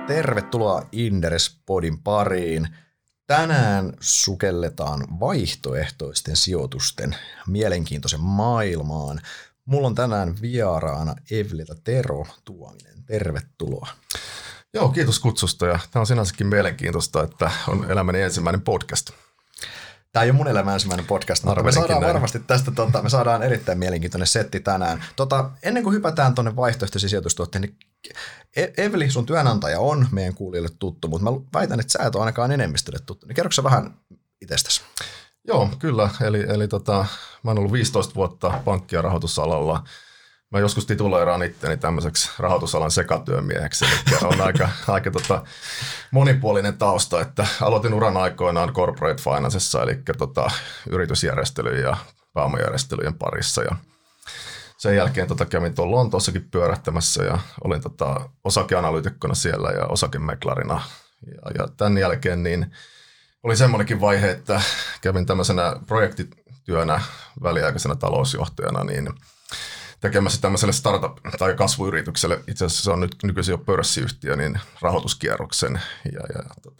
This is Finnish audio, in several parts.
Tervetuloa Inderes-podin pariin. Tänään sukelletaan vaihtoehtoisten sijoitusten mielenkiintoisen maailmaan. Mulla on tänään vieraana Evliltä Tero Tuominen. Tervetuloa. Joo, kiitos kutsusta ja tämä on sinänsäkin mielenkiintoista, että on elämäni ensimmäinen podcast. Tämä ei ole mun elämän ensimmäinen podcast, mutta me saadaan varmasti tästä me saadaan erittäin mielenkiintoinen setti tänään. Ennen kuin hypätään tuonne vaihtoehtoisiin sijoitustuotteisiin, niin Evli, sun työnantaja on meidän kuulijoille tuttu, mutta mä väitän, että sä et ole ainakaan enemmistölle tuttu. Niin kerroksä vähän itsestäsi? Joo, kyllä. Eli mä oon ollut 15 vuotta pankki- ja rahoitusalalla. Mä joskus tituloiraan itteni tämmöiseksi rahoitusalan sekatyömieheksi, eli on aika monipuolinen tausta, että aloitin uran aikoinaan corporate financessa, eli yritysjärjestelyjen ja pääomajärjestelyjen parissa, ja sen jälkeen kävin tuolla Lontoossakin pyörähtämässä, ja olin osakeanalyytikkona siellä ja osakemeklarina, ja tämän jälkeen niin oli semmoinenkin vaihe, että kävin tämmöisenä projektityönä väliaikaisena talousjohtajana, niin tekemässä tämmöiselle startup- tai kasvuyritykselle, itse asiassa se on nyt nykyisin jo pörssiyhtiö, niin rahoituskierroksen. Ja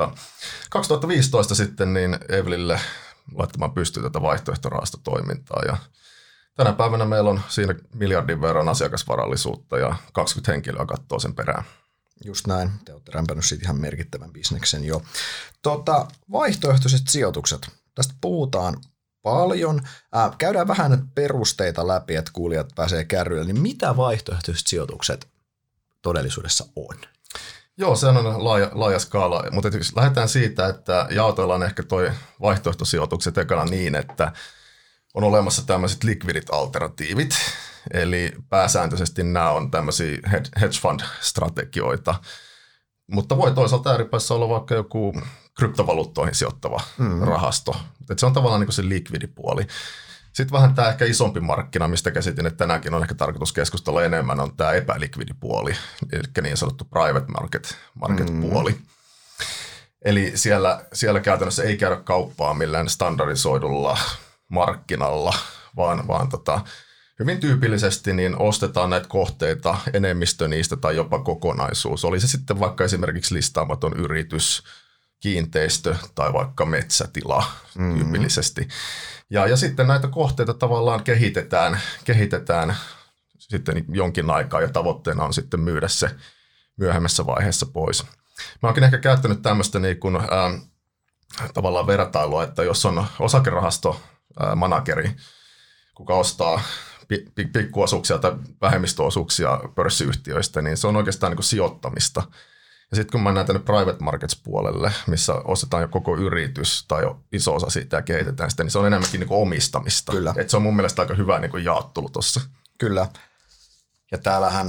2015 sitten niin Evlille laittamaan pystyyn tätä vaihtoehtorahastotoimintaa. Ja tänä päivänä meillä on siinä miljardin verran asiakasvarallisuutta ja 20 henkilöä katsoo sen perään. Just näin. Te olette rämpännyt siitä ihan merkittävän bisneksen jo. Vaihtoehtoiset sijoitukset. Tästä puhutaan paljon. Käydään vähän perusteita läpi, että kuulijat pääsee kärryille. Niin mitä vaihtoehtoiset sijoitukset todellisuudessa on? Joo, se on laaja skaala, mutta lähdetään siitä, että jaotellaan ehkä toi vaihtoehtosijoitukset ekana niin, että on olemassa tämmöiset liquidit alternatiivit, eli pääsääntöisesti nämä on tämmöisiä hedge fund-strategioita, mutta voi toisaalta ääripäässä olla vaikka joku kryptovaluuttoihin sijoittava rahasto. Et se on tavallaan niin kuin se likvidipuoli. Sitten vähän tämä ehkä isompi markkina, mistä käsitin, että tänäänkin on ehkä tarkoitus keskustella enemmän, on tämä epälikvidipuoli, eli niin sanottu private market-puoli. Eli siellä käytännössä ei käydä kauppaa millään standardisoidulla markkinalla, vaan hyvin tyypillisesti niin ostetaan näitä kohteita, enemmistö niistä tai jopa kokonaisuus. Oli se sitten vaikka esimerkiksi listaamaton yritys, kiinteistö tai vaikka metsätila tyypillisesti. Ja sitten näitä kohteita tavallaan kehitetään sitten jonkin aikaa ja tavoitteena on sitten myydä se myöhemmässä vaiheessa pois. Mä oonkin ehkä käyttänyt tämmöistä niin kuin, tavallaan vertailua, että jos on osakerahasto manageri, kuka ostaa pikkuosuuksia tai vähemmistöosuuksia pörssiyhtiöistä, niin se on oikeastaan niin kuin sijoittamista. Ja sitten kun mä näen tänne private markets puolelle, missä ostetaan jo koko yritys tai jo iso osa siitä ja kehitetään sitä, niin se on enemmänkin niin kuin omistamista. Kyllä. Et se on mun mielestä aika hyvä niin kuin jaottelu tuossa. Kyllä. Ja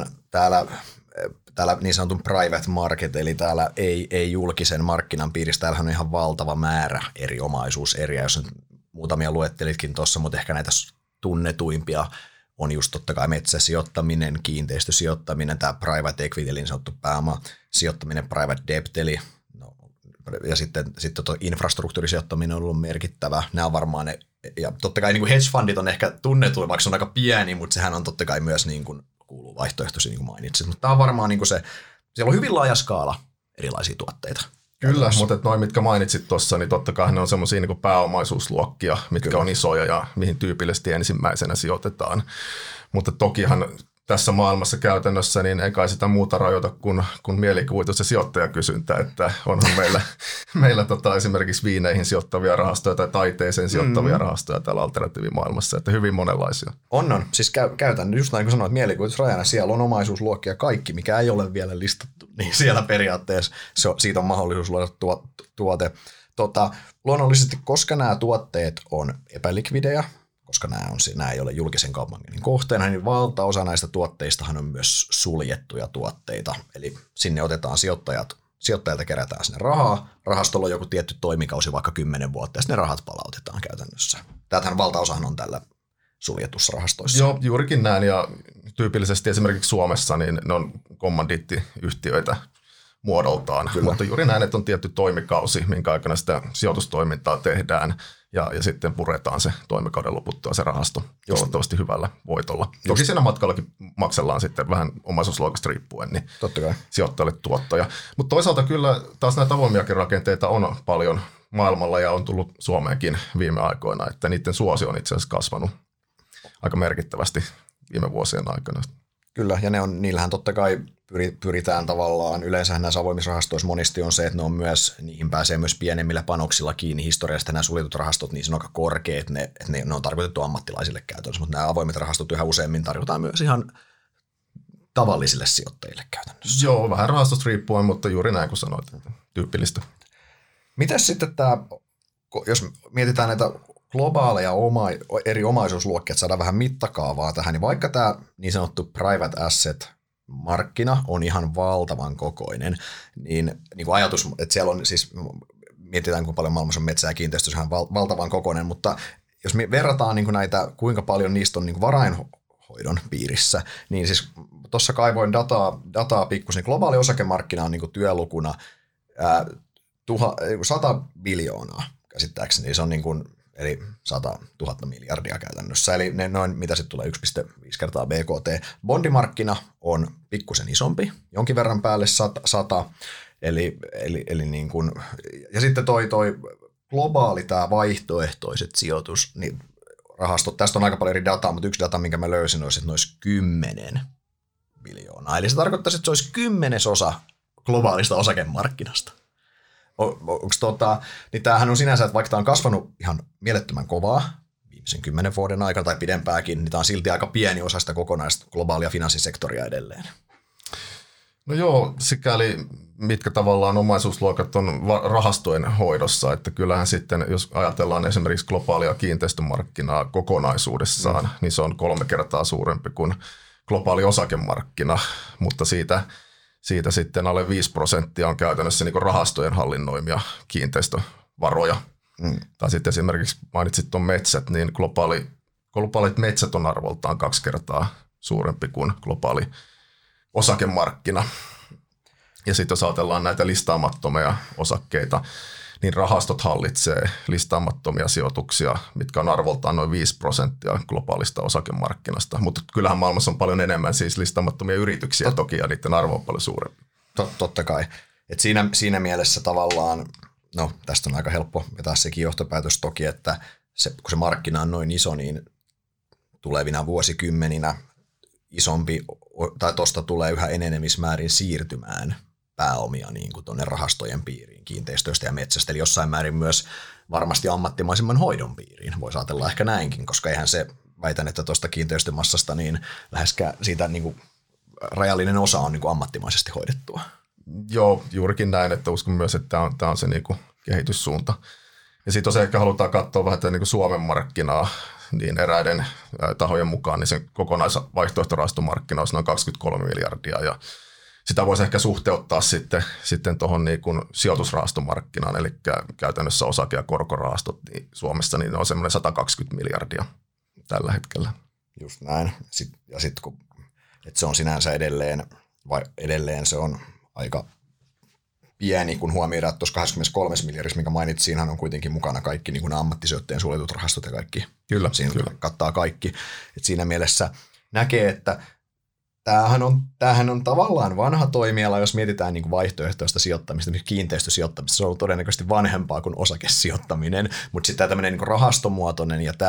täällä niin sanotun private market, eli täällä ei julkisen markkinan piirissä, täällähän on ihan valtava määrä eri omaisuuseriä, jos muutamia luettelitkin tuossa, mutta ehkä näitä tunnetuimpia on just totta kai metsäsijoittaminen, kiinteistösijoittaminen, tämä private equity, eli niin sanottu pääomasijoittaminen, private debt, eli ja sitten tuo infrastruktuurisijoittaminen on ollut merkittävä. Nämä on varmaan ne, ja totta kai niin kuin hedge fundit on ehkä tunnetuimmaksi, se on aika pieni, mutta sehän on totta kai myös niin kuin kuuluu vaihtoehtoisiin, niin kuin mainitsit. Mutta tämä on varmaan niin kuin siellä on hyvin laaja skaala erilaisia tuotteita. Kyllä, mutta noin mitkä mainitsit tuossa, niin totta kai ne on semmoisia niin kuin pääomaisuusluokkia, mitkä Kyllä. on isoja ja mihin tyypillisesti ensimmäisenä sijoitetaan. Mutta tokihan tässä maailmassa käytännössä niin ei kai sitä muuta rajoita kuin mielikuvitus ja sijoittajakysyntä, että onhan meillä esimerkiksi viineihin sijoittavia rahastoja tai taiteeseen sijoittavia rahastoja täällä alternatiivimaailmassa, että hyvin monenlaisia. On. Siis käytän just näin kuin sanoit, mielikuvitusrajana siellä on omaisuusluokkia kaikki, mikä ei ole vielä listattu, niin siellä periaatteessa siitä on mahdollisuus luoda tuote. Luonnollisesti, koska nämä tuotteet on epälikvidejä, koska nämä ei ole julkisen kaupankäynnin kohteena, niin valtaosa näistä tuotteistahan on myös suljettuja tuotteita. Eli sinne otetaan sijoittajilta kerätään sinne rahaa, rahastolla on joku tietty toimikausi, vaikka 10 vuotta, ja sitten ne rahat palautetaan käytännössä. Tämähän valtaosahan on tällä suljetussa rahastoissa. Joo, juurikin näin, ja tyypillisesti esimerkiksi Suomessa niin ne on kommandiittiyhtiöitä, muodoltaan. Kyllä. Mutta juuri näin, että on tietty toimikausi, minkä aikana sitä sijoitustoimintaa tehdään ja sitten puretaan se toimikauden loputtua se rahasto toivottavasti hyvällä voitolla. Toki siinä matkallakin maksellaan sitten vähän omaisuusluokasta riippuen niin Totta kai. sijoittajalle tuottoja. Mutta toisaalta kyllä taas näitä avoimiakin rakenteita on paljon maailmalla ja on tullut Suomeenkin viime aikoina, että niiden suosio on itse asiassa kasvanut aika merkittävästi viime vuosien aikana. Kyllä, ja niillähän totta kai pyritään tavallaan, yleensähän näissä avoimissa rahastoissa monesti on se, että niihin pääsee myös pienemmillä panoksilla kiinni. Historiasta nämä suljetut rahastot, niin se on aika korkeat, että ne on tarkoitettu ammattilaisille käytössä, mutta nämä avoimet rahastot yhä useammin tarjotaan myös ihan tavallisille sijoittajille käytännössä. Joo, vähän rahastosta riippuen, mutta juuri näin kuin sanoit, tyypillistä. Mitäs sitten tämä, jos mietitään näitä globaaleja eri omaisuusluokkia, että saadaan vähän mittakaavaa tähän, niin vaikka tämä niin sanottu private asset-markkina on ihan valtavan kokoinen, niin kuin ajatus, että siellä on siis, mietitään kuinka paljon maailmassa on metsää ja kiinteistöä, se on valtavan kokoinen, mutta jos me verrataan niin kuin näitä, kuinka paljon niistä on niin kuin varainhoidon piirissä, niin siis tuossa kaivoin dataa pikkusen, globaali osakemarkkina on niin kuin työlukuna 100 biljoonaa käsittääkseni, se on niin kuin eli 100 000 miljardia käytännössä, eli ne noin, mitä sitten tulee 1,5 kertaa BKT. Bondimarkkina on pikkusen isompi, jonkin verran päälle 100, eli niin kuin, ja sitten toi globaali tämä vaihtoehtoiset sijoitus, niin rahastot, tästä on aika paljon eri dataa, mutta yksi data, minkä mä löysin, olisi, että ne olisi 10 biljoonaa, eli se tarkoittaisi, että se olisi 10% globaalista osakemarkkinasta. Niin tämähän on sinänsä, että vaikka tämä on kasvanut ihan mielettömän kovaa viimeisen 10 vuoden aikana tai pidempääkin, niin tämä on silti aika pieni osa sitä kokonaista globaalia finanssisektoria edelleen. No joo, sikäli mitkä tavallaan omaisuusluokat on rahastojen hoidossa, että kyllähän sitten, jos ajatellaan esimerkiksi globaalia kiinteistömarkkinaa kokonaisuudessaan, niin se on 3 kertaa suurempi kuin globaali osakemarkkina, mutta siitä sitten alle 5% on käytännössä niin kuin rahastojen hallinnoimia kiinteistövaroja. Tai sitten esimerkiksi mainitsit tuon metsät, niin globaalit metsät on arvoltaan 2 kertaa suurempi kuin globaali osakemarkkina. Ja sitten jos ajatellaan näitä listaamattomia osakkeita, niin rahastot hallitsee listaamattomia sijoituksia, mitkä on arvoltaan noin 5% globaalista osakemarkkinasta. Mutta kyllähän maailmassa on paljon enemmän siis listaamattomia yrityksiä toki, ja niiden arvo on paljon suurempi. Totta kai. Et siinä mielessä tavallaan, no tästä on aika helppo vetää sekin johtopäätös toki, että kun se markkina on noin iso, niin tulevina vuosikymmeninä isompi, tai tuosta tulee yhä enenemismäärin siirtymään pääomia niin kuin tuonne rahastojen piiriin, kiinteistöistä ja metsästä, eli jossain määrin myös varmasti ammattimaisemman hoidon piiriin. Voisi ajatella ehkä näinkin, koska eihän se, väitän, että tuosta kiinteistömassasta niin läheskään siitä niin kuin rajallinen osa on niin kuin ammattimaisesti hoidettua. Joo, juurikin näin, että uskon myös, että tämä on se niin kuin kehityssuunta. Ja sitten jos ehkä halutaan katsoa vähän niin kuin Suomen markkinaa, niin eräiden tahojen mukaan niin sen kokonaisvaihtoehtorahastomarkkina olisi noin 23 miljardia, ja sitä voisi ehkä suhteuttaa sitten tuohon niin kuin sijoitusrahastomarkkinaan, eli käytännössä osake- ja korkorahastot niin Suomessa niin on semmoinen 120 miljardia tällä hetkellä. Just näin. Ja sitten kun että se on sinänsä edelleen se on aika pieni, kun huomioidaan, että tuossa 23 miljardissa, mikä mainitsin, siinähän on kuitenkin mukana kaikki niin kuin ammattisijoittajien suljetut rahastot ja kaikki. Kyllä, siinä kyllä. Kattaa kaikki. Et siinä mielessä näkee, että tämähän on tavallaan vanha toimiala, jos mietitään niin kuin vaihtoehtoista sijoittamista, kiinteistösijoittamista. Se on ollut todennäköisesti vanhempaa kuin osakesijoittaminen, mutta sitten tämmöinen niin kuin rahastomuotoinen ja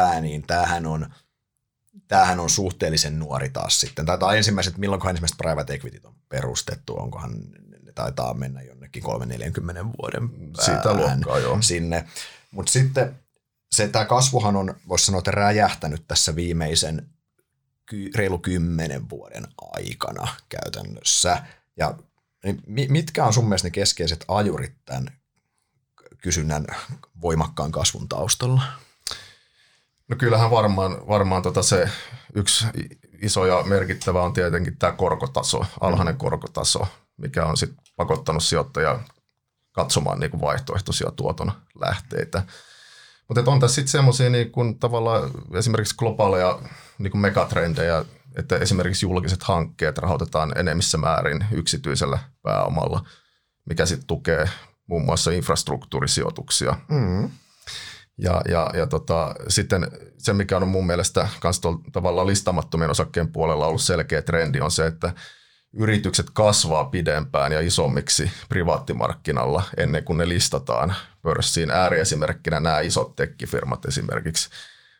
tämähän on suhteellisen nuori taas sitten. Milloinkohan ensimmäiset private equityt on perustettu, onkohan ne taitaa mennä jonnekin 30-40 vuoden siitä luokkaa, joo. Sinne. Mutta sitten tämä kasvuhan on, voisi sanoa, että räjähtänyt tässä viimeisen reilu 10 vuoden aikana käytännössä. Ja mitkä on sun mielestä ne keskeiset ajurit tämän kysynnän voimakkaan kasvun taustalla? No kyllähän varmaan se yksi iso ja merkittävä on tietenkin tämä korkotaso, alhainen korkotaso, mikä on sitten pakottanut sijoittajia katsomaan niin kuin vaihtoehtoisia tuoton lähteitä. Mutta on tässä sitten semmoisia niin kuin tavallaan esimerkiksi globaaleja niin kuin megatrendejä, että esimerkiksi julkiset hankkeet rahoitetaan enemmissä määrin yksityisellä pääomalla. mikä sitten tukee muun muassa infrastruktuurisijoituksia. Ja sitten se, mikä on mun mielestä myös tavallaan listaamattomien osakkeen puolella ollut selkeä trendi, on se, että yritykset kasvaa pidempään ja isommiksi privaattimarkkinalla ennen kuin ne listataan pörssiin. Ääriesimerkkinä nämä isot tekkifirmat esimerkiksi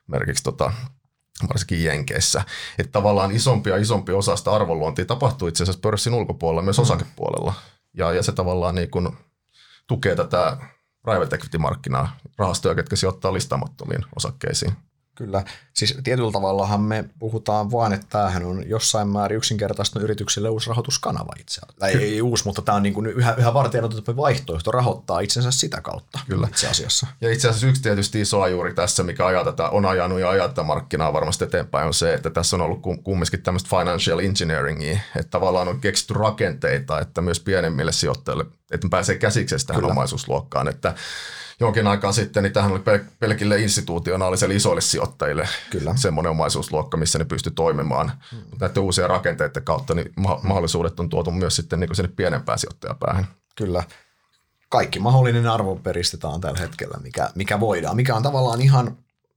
varsinkin Jenkeissä. Että tavallaan isompi ja isompi osa sitä arvonluontia tapahtuu itse asiassa pörssin ulkopuolella, myös osakepuolella. Ja se tavallaan niin kuin tukee tätä private equity-markkinaa, rahastoja, ketkä sijoittaa listaamattomiin osakkeisiin. Kyllä. Siis tietyllä tavallahan me puhutaan vaan, että tämähän on jossain määrin yksinkertaista yrityksille uusi rahoituskanava itse asiassa. Ei uusi, mutta tämä on niin kuin yhä vartijanotettu vaihtoehto rahoittaa itsensä sitä kautta. Kyllä. Itse asiassa. Ja itse asiassa yksi tietysti iso ajuri tässä, mikä on ajanut ja ajaa tätä markkinaa varmasti eteenpäin, on se, että tässä on ollut kumminkin tämmöistä financial engineeringia, että tavallaan on keksitty rakenteita, että myös pienemmille sijoittajille, että ne pääsee käsiksi tähän omaisuusluokkaan, että jonkin aikaa sitten, niin tähän oli pelkille institutionaalisille isoille sijoittajille semmoinen omaisuusluokka, missä ne pystyi toimimaan. Mutta näiden uusien rakenteiden kautta niin mahdollisuudet on tuotu myös sitten niin sinne pienempään sijoittajapäähän. Kyllä. Kaikki mahdollinen arvoperistetaan tällä hetkellä, mikä voidaan, mikä on tavallaan ihan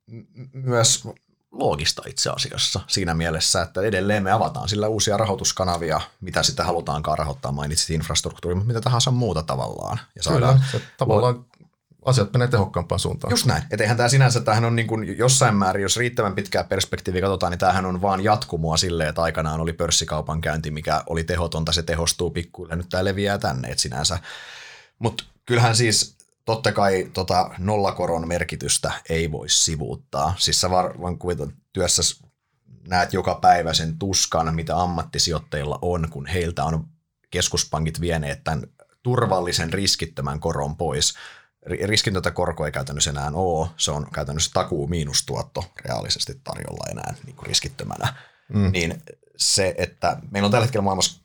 myös loogista itse asiassa siinä mielessä, että edelleen me avataan sillä uusia rahoituskanavia, mitä sitä halutaankaan rahoittaa, mainitsit infrastruktuuri, mutta mitä tahansa muuta tavallaan. Ja saadaan, se tavallaan asiat menee tehokkaampaan suuntaan. Just näin. Että eihän tämä sinänsä, tämähän on niin kuin jossain määrin, jos riittävän pitkää perspektiiviä katsotaan, niin tämähän on vaan jatkumoa silleen, että aikanaan oli pörssikaupankäynti, mikä oli tehotonta, se tehostuu pikkuille, nyt tämä leviää tänne, että sinänsä. Mutta kyllähän siis totta kai nollakoron merkitystä ei voi sivuuttaa. Siis sä vaan työssä näet joka päivä sen tuskan, mitä ammattisijoittajilla on, kun heiltä on keskuspankit vieneet tämän turvallisen riskittömän koron pois. Riskitöntä korkoa ei käytännössä enää ole, se on käytännössä takuu miinustuotto reaalisesti tarjolla enää niin kuin riskittömänä. Niin se, että meillä on tällä hetkellä maailmassa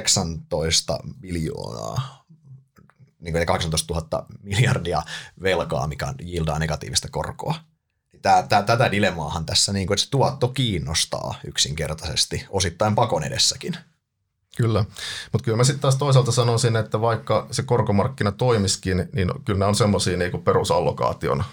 18 miljoonaa, niin kuin 18 000 miljardia velkaa, mikä yieldaa negatiivista korkoa. Tätä dilemmaahan tässä, niin kuin, että se tuotto kiinnostaa yksinkertaisesti, osittain pakon edessäkin. Kyllä, mutta kyllä mä sitten taas toisaalta sanoisin, että vaikka se korkomarkkina toimisikin, niin kyllä nämä on semmoisia niin kuin perusallokaation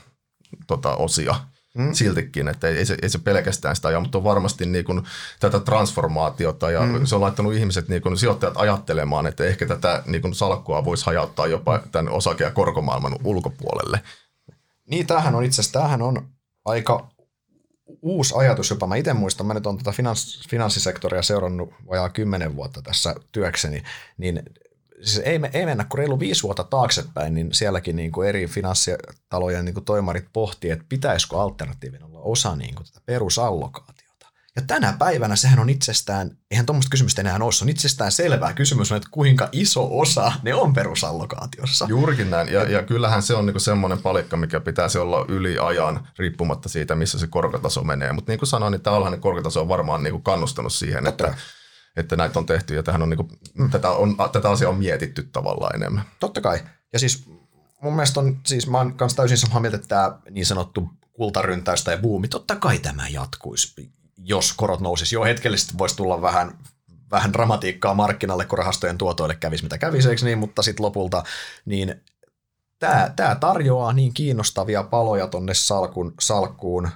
osia siltikin, että ei se pelkästään sitä aja, mutta on varmasti niin kuin tätä transformaatiota ja se on laittanut ihmiset, niin kuin sijoittajat ajattelemaan, että ehkä tätä niin kuin salkkua voisi hajauttaa jopa tämän osake- ja korkomaailman ulkopuolelle. Niin, tämähän on aika uusi ajatus jopa. Mä itse muistan, mä nyt olen tätä finanssisektoria seurannut vajaa 10 vuotta tässä työkseni, niin siis ei mennä kuin reilu 5 vuotta taaksepäin, niin sielläkin niin kuin eri finanssitalojen niin kuin toimarit pohtii, että pitäisikö alternatiivin olla osa niin kuin tätä perusallokaatiota. Ja tänä päivänä sehän on eihän tuommoista kysymystä enää ole, se on itsestään selvää. Kysymys on, että kuinka iso osa ne on perusallokaatiossa. Juurikin näin, ja kyllähän se on niinku semmoinen palikka, mikä pitäisi olla yli ajan, riippumatta siitä, missä se korkotaso menee. Mutta niin kuin sanoin, niin tämä alhainen korkotaso on varmaan niinku kannustanut siihen, että näitä on tehty, ja tähän on niinku, tätä asiaa on mietitty tavallaan enemmän. Totta kai, ja siis mun mielestä mä oon kanssa täysin samaa mieltä, että tämä niin sanottu kultaryntäys tai buumi, totta kai tämä jatkuisi. Jos korot nousisi, jo hetkellisesti voisi tulla vähän dramatiikkaa markkinalle, kun rahastojen tuotoille kävisi mitä kävisi, eikö niin, mutta sitten lopulta niin tämä tarjoaa niin kiinnostavia paloja tonne salkkuun,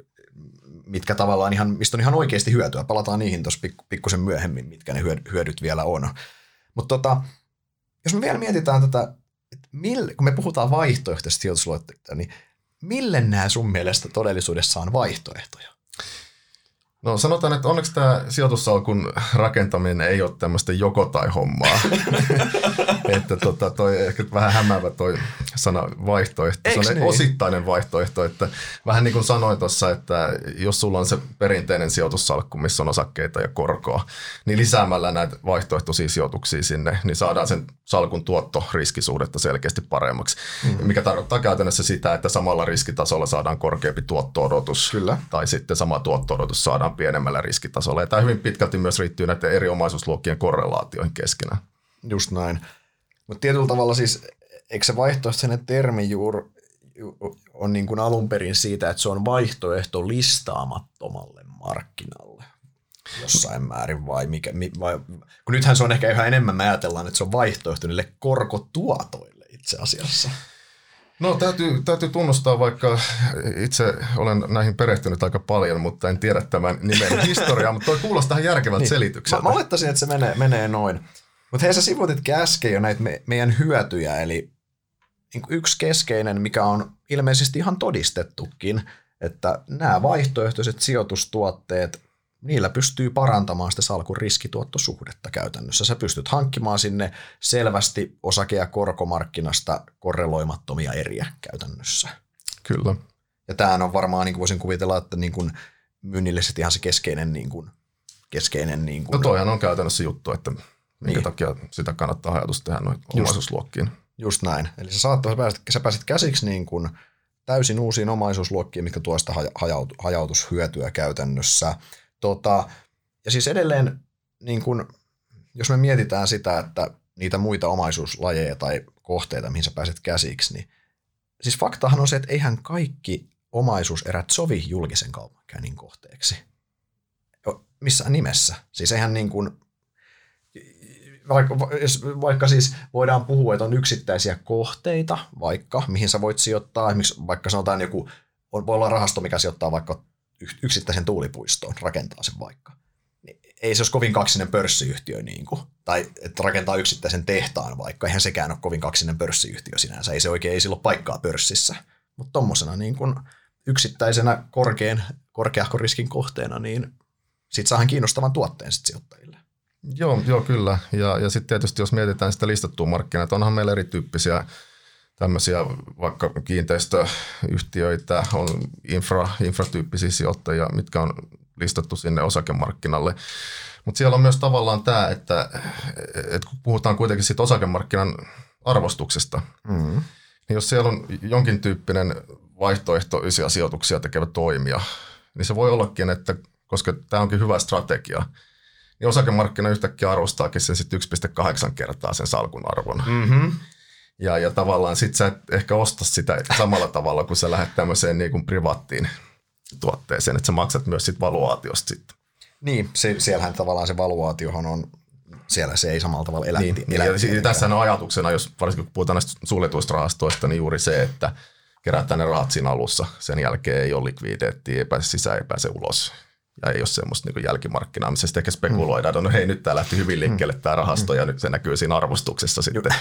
mitkä tavallaan mistä on ihan oikeasti hyötyä. Palataan niihin tuossa pikkusen myöhemmin, mitkä ne hyödyt vielä on. Mutta jos me vielä mietitään tätä, että kun me puhutaan vaihtoehtoisesta sijoitusluotteista, niin mille nämä sun mielestä todellisuudessa on vaihtoehtoja? No sanotaan, että onneksi tämä sijoitussalkun rakentaminen ei ole tämmöistä joko tai hommaa. Että toi ehkä vähän hämäävä toi sana vaihtoehto. Eiks se on niin? Osittainen vaihtoehto. Että vähän niin kuin sanoin tuossa, että jos sulla on se perinteinen sijoitussalkku, missä on osakkeita ja korkoa, niin lisäämällä näitä vaihtoehtoisia sijoituksia sinne, niin saadaan sen salkun tuottoriskisuudetta selkeästi paremmaksi. Mikä tarkoittaa käytännössä sitä, että samalla riskitasolla saadaan korkeampi tuotto-odotus. Kyllä. Tai sitten sama tuotto-odotus saadaan pienemmällä riskitasolla. Ja tämä hyvin pitkälti myös riittyy näiden eri omaisuusluokkien korrelaatioihin keskenään. Just näin. Mutta tietyllä tavalla siis, eikö se vaihtoehtoinen termi juuri on niin kuin alun perin siitä, että se on vaihtoehto listaamattomalle markkinalle? jossain määrin vai mikä? Kun nythän se on ehkä yhä enemmän, me ajatellaan, että se on vaihtoehto niille korkotuotoille itse asiassa. No täytyy tunnustaa, vaikka itse olen näihin perehtynyt aika paljon, mutta en tiedä tämän nimen historiaa, mutta toi kuulostaa järkevältä selitykseltä. Mä olettaisin, että se menee noin. Mutta hei, sä sivutitkin äsken jo näitä meidän hyötyjä, eli yksi keskeinen, mikä on ilmeisesti ihan todistettukin, että nämä vaihtoehtoiset sijoitustuotteet, niillä pystyy parantamaan sitä salkun riskituottosuhdetta käytännössä. Sä pystyt hankkimaan sinne selvästi osake- ja korkomarkkinasta korreloimattomia eriä käytännössä. Kyllä. Ja tämähän on varmaan, niin kuin voisin kuvitella, että niin kuin myynnille sitten ihan se keskeinen No toihan on käytännössä juttu, että minkä takia sitä kannattaa ajatus tehdä noin omaisuusluokkiin. Just näin. Eli sä pääsit käsiksi niin kuin täysin uusiin omaisuusluokkiin, mikä tuo sitä hajautushyötyä käytännössä. Ja siis edelleen, niin kun, jos me mietitään sitä, että niitä muita omaisuuslajeja tai kohteita, mihin sä pääset käsiksi, niin siis faktahan on se, että eihän kaikki omaisuuserät sovi julkisen kaupankäynnin kohteeksi. Missään nimessä. Siis eihän niin kuin, vaikka siis voidaan puhua, että on yksittäisiä kohteita, vaikka mihin sä voit sijoittaa, esimerkiksi vaikka sanotaan voi olla rahasto, mikä sijoittaa vaikka yksittäisen tuulipuistoon, rakentaa sen vaikka. Ei se olisi kovin kaksinen pörssiyhtiö, niin kuin, tai että rakentaa yksittäisen tehtaan vaikka, eihän sekään ole kovin kaksinen pörssiyhtiö sinänsä, ei sillä ole paikkaa pörssissä. Mutta tuommoisena niin kuin yksittäisenä korkeahkon riskin kohteena, niin siitä saahan kiinnostavan tuotteen sit sijoittajille. Joo, kyllä. Ja sitten tietysti jos mietitään sitä listattua markkinaa, että onhan meillä erityyppisiä tämmöisiä vaikka kiinteistöyhtiöitä, on infratyyppisiä sijoittajia, mitkä on listattu sinne osakemarkkinalle. Mutta siellä on myös tavallaan tämä, että kun puhutaan kuitenkin siitä osakemarkkinan arvostuksesta, niin jos siellä on jonkin tyyppinen vaihtoehtoisia sijoituksia tekevä toimija, niin se voi ollakin, että koska tämä onkin hyvä strategia, niin osakemarkkina yhtäkkiä arvostaakin sen sitten 1,8 kertaa sen salkun arvon. Mm-hmm. Ja tavallaan sit sä et ehkä osta sitä samalla tavalla, kun sä lähdet tämmöiseen niin kuin privaattiin tuotteeseen, että sä maksat myös sit valuaatiosta sitten. Niin, siellähän tavallaan se valuaatiohan on, siellä se ei samalla tavalla elä. Ja tässähän on ajatuksena, jos varsinkin kun puhutaan näistä suljetuista rahastoista, niin juuri se, että kerätään ne rahat siinä alussa, sen jälkeen ei ole likviditeettiä, ei pääse sisään, ei pääse ulos. Ja ei ole semmoista niin jälkimarkkinaa, missä sitten ehkä spekuloidaan, että no hei, nyt tämä lähti hyvin liikkeelle tämä rahasto, ja nyt se näkyy siinä arvostuksessa sitten.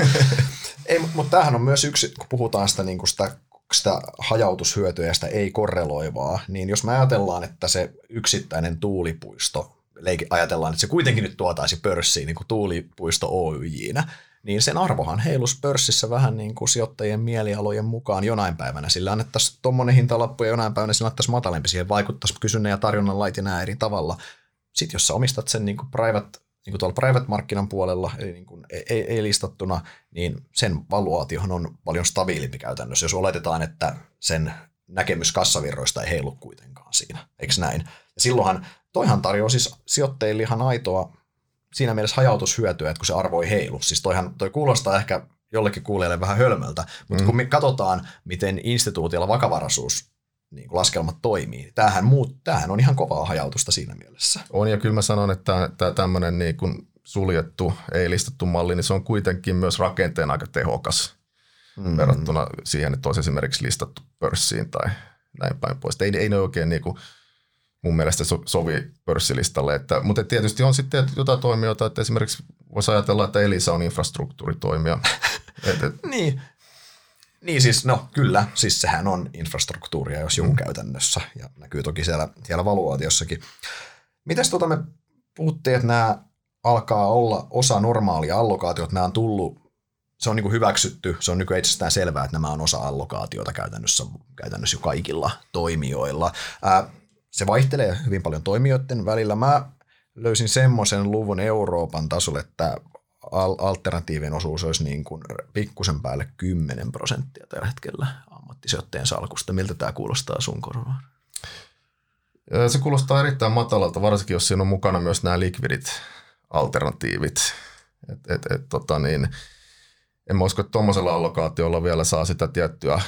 Ei, mutta tämähän on myös yksi, kun puhutaan sitä, niin kuin sitä hajautushyötyä ja sitä ei-korreloivaa, niin jos me ajatellaan, että se yksittäinen tuulipuisto, ajatellaan, että se kuitenkin nyt tuotaisi pörssiin niin kuin tuulipuisto Oyj:nä, niin sen arvohan heilus pörssissä vähän niin kuin sijoittajien mielialojen mukaan jonain päivänä. Sillä annettaisiin tuommoinen hintalappu ja jonain päivänä sillä annettaisiin matalempi. Siihen vaikuttaisi kysynnän ja tarjonnan lait ja nämä eri tavalla. Sitten jos sä omistat sen niin kuin tuolla private-markkinan puolella, eli niin kuin ei listattuna, niin sen valuaatiohan on paljon stabiilimpi käytännössä, jos oletetaan, että sen näkemys kassavirroista ei heilu kuitenkaan siinä. Eikö näin? Ja silloinhan toihan tarjoaa siis sijoittajille ihan aitoa siinä mielessä hajautushyötyä, että kun se arvo ei heilu. Siis toi kuulostaa ehkä jollekin kuulijalle vähän hölmöltä, mutta kun me katsotaan, miten instituutiolla vakavaraisuus niin laskelmat toimii, tämähän on ihan kovaa hajautusta siinä mielessä. On, ja kyllä mä sanon, että tämmöinen niin kuin suljettu, ei listattu malli, niin se on kuitenkin myös rakenteen aika tehokas verrattuna siihen, että olisi esimerkiksi listattu pörssiin tai näin päin pois. Ei ne oikein niin kuin mun mielestä sovi pörssilistalle. Mutta tietysti on sitten jotain toimijoita, että esimerkiksi voisi ajatella, että Elisa on infrastruktuuritoimija. Niin siis, no kyllä, siis sehän on infrastruktuuria, jos joku käytännössä, ja näkyy toki siellä valuaatiossakin. Mites me puhuttiin, että nämä alkaa olla osa normaalia allokaatiota, nämä on tullut, se on niin kuin hyväksytty, se on niin kuin itsestään selvää, että nämä on osa allokaatiota käytännössä jo kaikilla toimijoilla. Se vaihtelee hyvin paljon toimijoiden välillä. Mä löysin semmoisen luvun Euroopan tasolle, että alternatiivin osuus olisi niin kuin pikkusen päälle 10% tällä hetkellä ammattisijoittajien salkusta. Miltä tämä kuulostaa sun korvaan? Se kuulostaa erittäin matalalta, varsinkin jos siinä on mukana myös nämä likvidit alternatiivit. En mä usko, että tuommoisella allokaatiolla vielä saa sitä tiettyä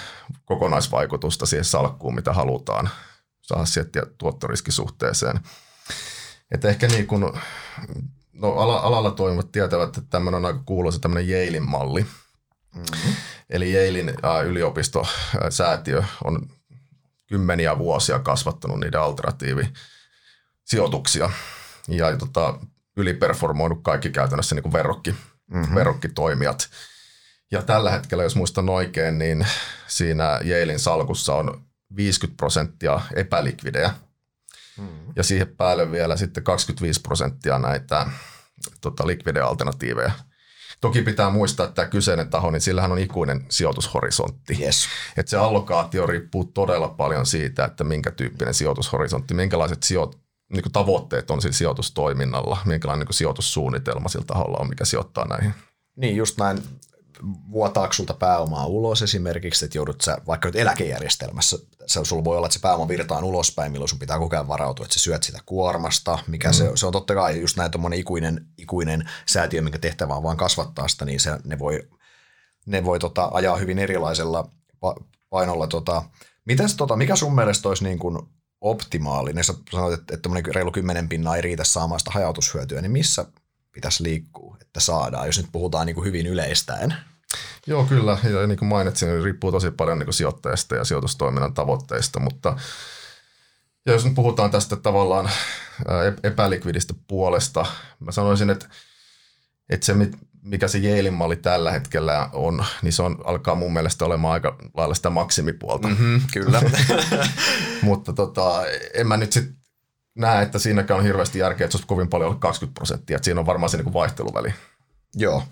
kokonaisvaikutusta siihen salkkuun, mitä halutaan saada siihen tuottoriskisuhteeseen. Että ehkä niin kuin, no alalla toimivat tietävät, että tämmöinen on aika kuuluisa tämmöinen Yalein malli. Mm-hmm. Eli Yalein yliopistosäätiö on kymmeniä vuosia kasvattanut niiden alternatiivisijoituksia ja yliperformoinut kaikki käytännössä niin kuin verrokkitoimijat. Ja tällä hetkellä, jos muistan oikein, niin siinä Yalein salkussa on 50% epälikvidejä. Ja siihen päälle vielä sitten 25% näitä likvidejä alternatiiveja. Toki pitää muistaa, että tämä kyseinen taho, niin sillähän on ikuinen sijoitushorisontti. Yes. Että se allokaatio riippuu todella paljon siitä, että minkä tyyppinen sijoitushorisontti, minkälaiset niin kuin tavoitteet on sillä sijoitustoiminnalla, minkälainen niin kuin sijoitussuunnitelma sillä taholla on, mikä sijoittaa näihin. Niin, just näin. Vuotaako sulta pääomaa ulos esimerkiksi, että joudut sä vaikka nyt eläkejärjestelmässä, sulla voi olla, että se pääoma virtaan ulospäin, milloin sun pitää koko ajan varautua, että sä syöt sitä kuormasta, mikä se on totta kai just näin tommoinen ikuinen säätiö, minkä tehtävä on vaan kasvattaa sitä, niin ne voi ajaa hyvin erilaisella painolla. Mikä sun mielestä olisi niin kuin optimaalinen? Sä sanoit, että tommoinen reilu 10% ei riitä saamaan sitä hajautushyötyä, niin missä pitäisi liikkua, että saadaan, jos nyt puhutaan niin kuin hyvin yleistäen? Joo, kyllä. Ja niin kuin mainitsin, niin riippuu tosi paljon niin kuin sijoittajasta ja sijoitustoiminnan tavoitteista, mutta ja jos nyt puhutaan tästä tavallaan epälikvidistä puolesta, mä sanoisin, että se, mikä se Yalein malli tällä hetkellä on, niin se alkaa mun mielestä olemaan aika lailla sitä maksimipuolta. Kyllä. Mutta en mä nyt sitten näe, että siinäkään on hirveästi järkeä, että se olisi kovin paljon 20%, että siinä on varmaan se niin kuin vaihteluväli. Joo.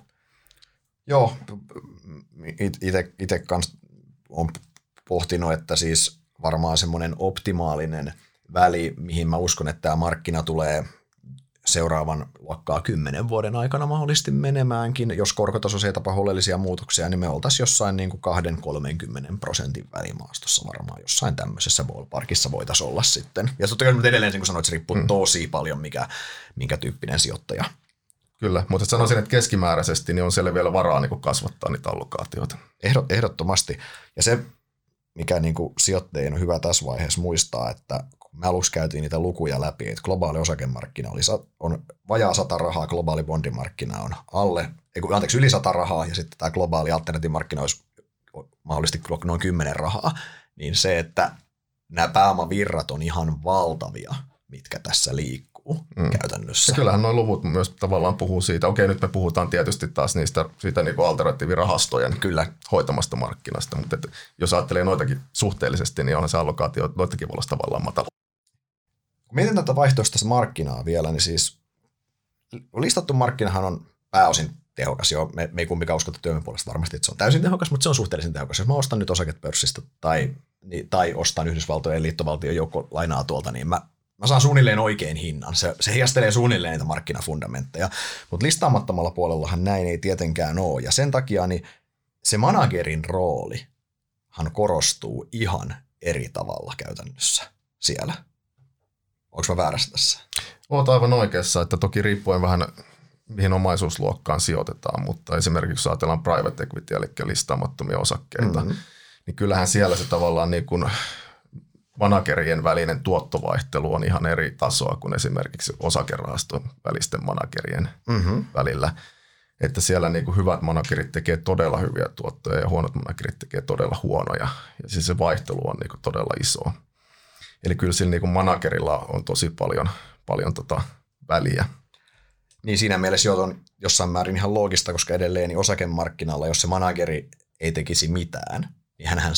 Itse kanssa olen pohtinut, että siis varmaan semmoinen optimaalinen väli, mihin mä uskon, että tämä markkina tulee seuraavan luokkaa 10 vuoden aikana mahdollisesti menemäänkin. Jos korkotasossa ei tapa huolellisia muutoksia, niin me oltaisiin jossain niin kuin 20-30% välimaastossa varmaan. Jossain tämmöisessä ballparkissa voitaisiin olla sitten. Ja totta kai edelleen, niin kuin sanoit, se riippuu tosi paljon, minkä tyyppinen sijoittaja. Kyllä, mutta sanoisin, että keskimääräisesti niin on siellä vielä varaa niin kuin kasvattaa niitä allokaatioita. Ehdottomasti. Ja se, mikä niin kuin sijoittajien on hyvä tässä vaiheessa muistaa, että me aluksi käytiin niitä lukuja läpi, että globaali osakemarkkina on vajaa 100 rahaa, globaali bondimarkkina on yli 100 rahaa, ja sitten tämä globaali alternatiivimarkkina olisi mahdollisesti noin 10 rahaa, niin se, että nämä pääomavirrat on ihan valtavia, mitkä tässä liikkuu käytännössä. Ja kyllähän nuo luvut myös tavallaan puhuu siitä, okei, nyt me puhutaan tietysti taas siitä niin kuin alternatiivirahastojen hoitamasta markkinasta, mutta jos ajattelee noitakin suhteellisesti, niin onhan se allokaatio noitakin voi olla tavallaan matala. Kun mietin tätä vaihtoehtoista markkinaa vielä, niin siis listattu markkinahan on pääosin tehokas. Joo, me ei kumpikaan uskota työmme puolesta varmasti, että se on täysin tehokas, mutta se on suhteellisen tehokas. Jos mä ostan nyt osaket pörssistä tai ostan Yhdysvaltojen liittovaltion joukkolainaa tuolta, niin mä saan suunnilleen oikein hinnan. Se heijastelee suunnilleen niitä markkinafundamentteja, mutta listaamattomalla puolellahan näin ei tietenkään ole. Ja sen takia niin se managerin roolihan korostuu ihan eri tavalla käytännössä siellä. Onko mä väärässä tässä? Olet aivan oikeassa, että toki riippuen vähän mihin omaisuusluokkaan sijoitetaan, mutta esimerkiksi jos ajatellaan private equity, eli listaamattomia osakkeita, niin kyllähän siellä se tavallaan niin kuin managerien välinen tuottovaihtelu on ihan eri tasoa kuin esimerkiksi osakerahaston välisten managerien välillä. Että siellä niin kuin hyvät managerit tekee todella hyviä tuottoja ja huonot managerit tekee todella huonoja. Ja siis se vaihtelu on niin kuin todella iso. Eli kyllä sillä niin kuin managerilla on tosi paljon väliä. Niin siinä mielessä on jossain määrin ihan loogista, koska edelleen niin osakemarkkinalla, jos se manageri ei tekisi mitään, niin hän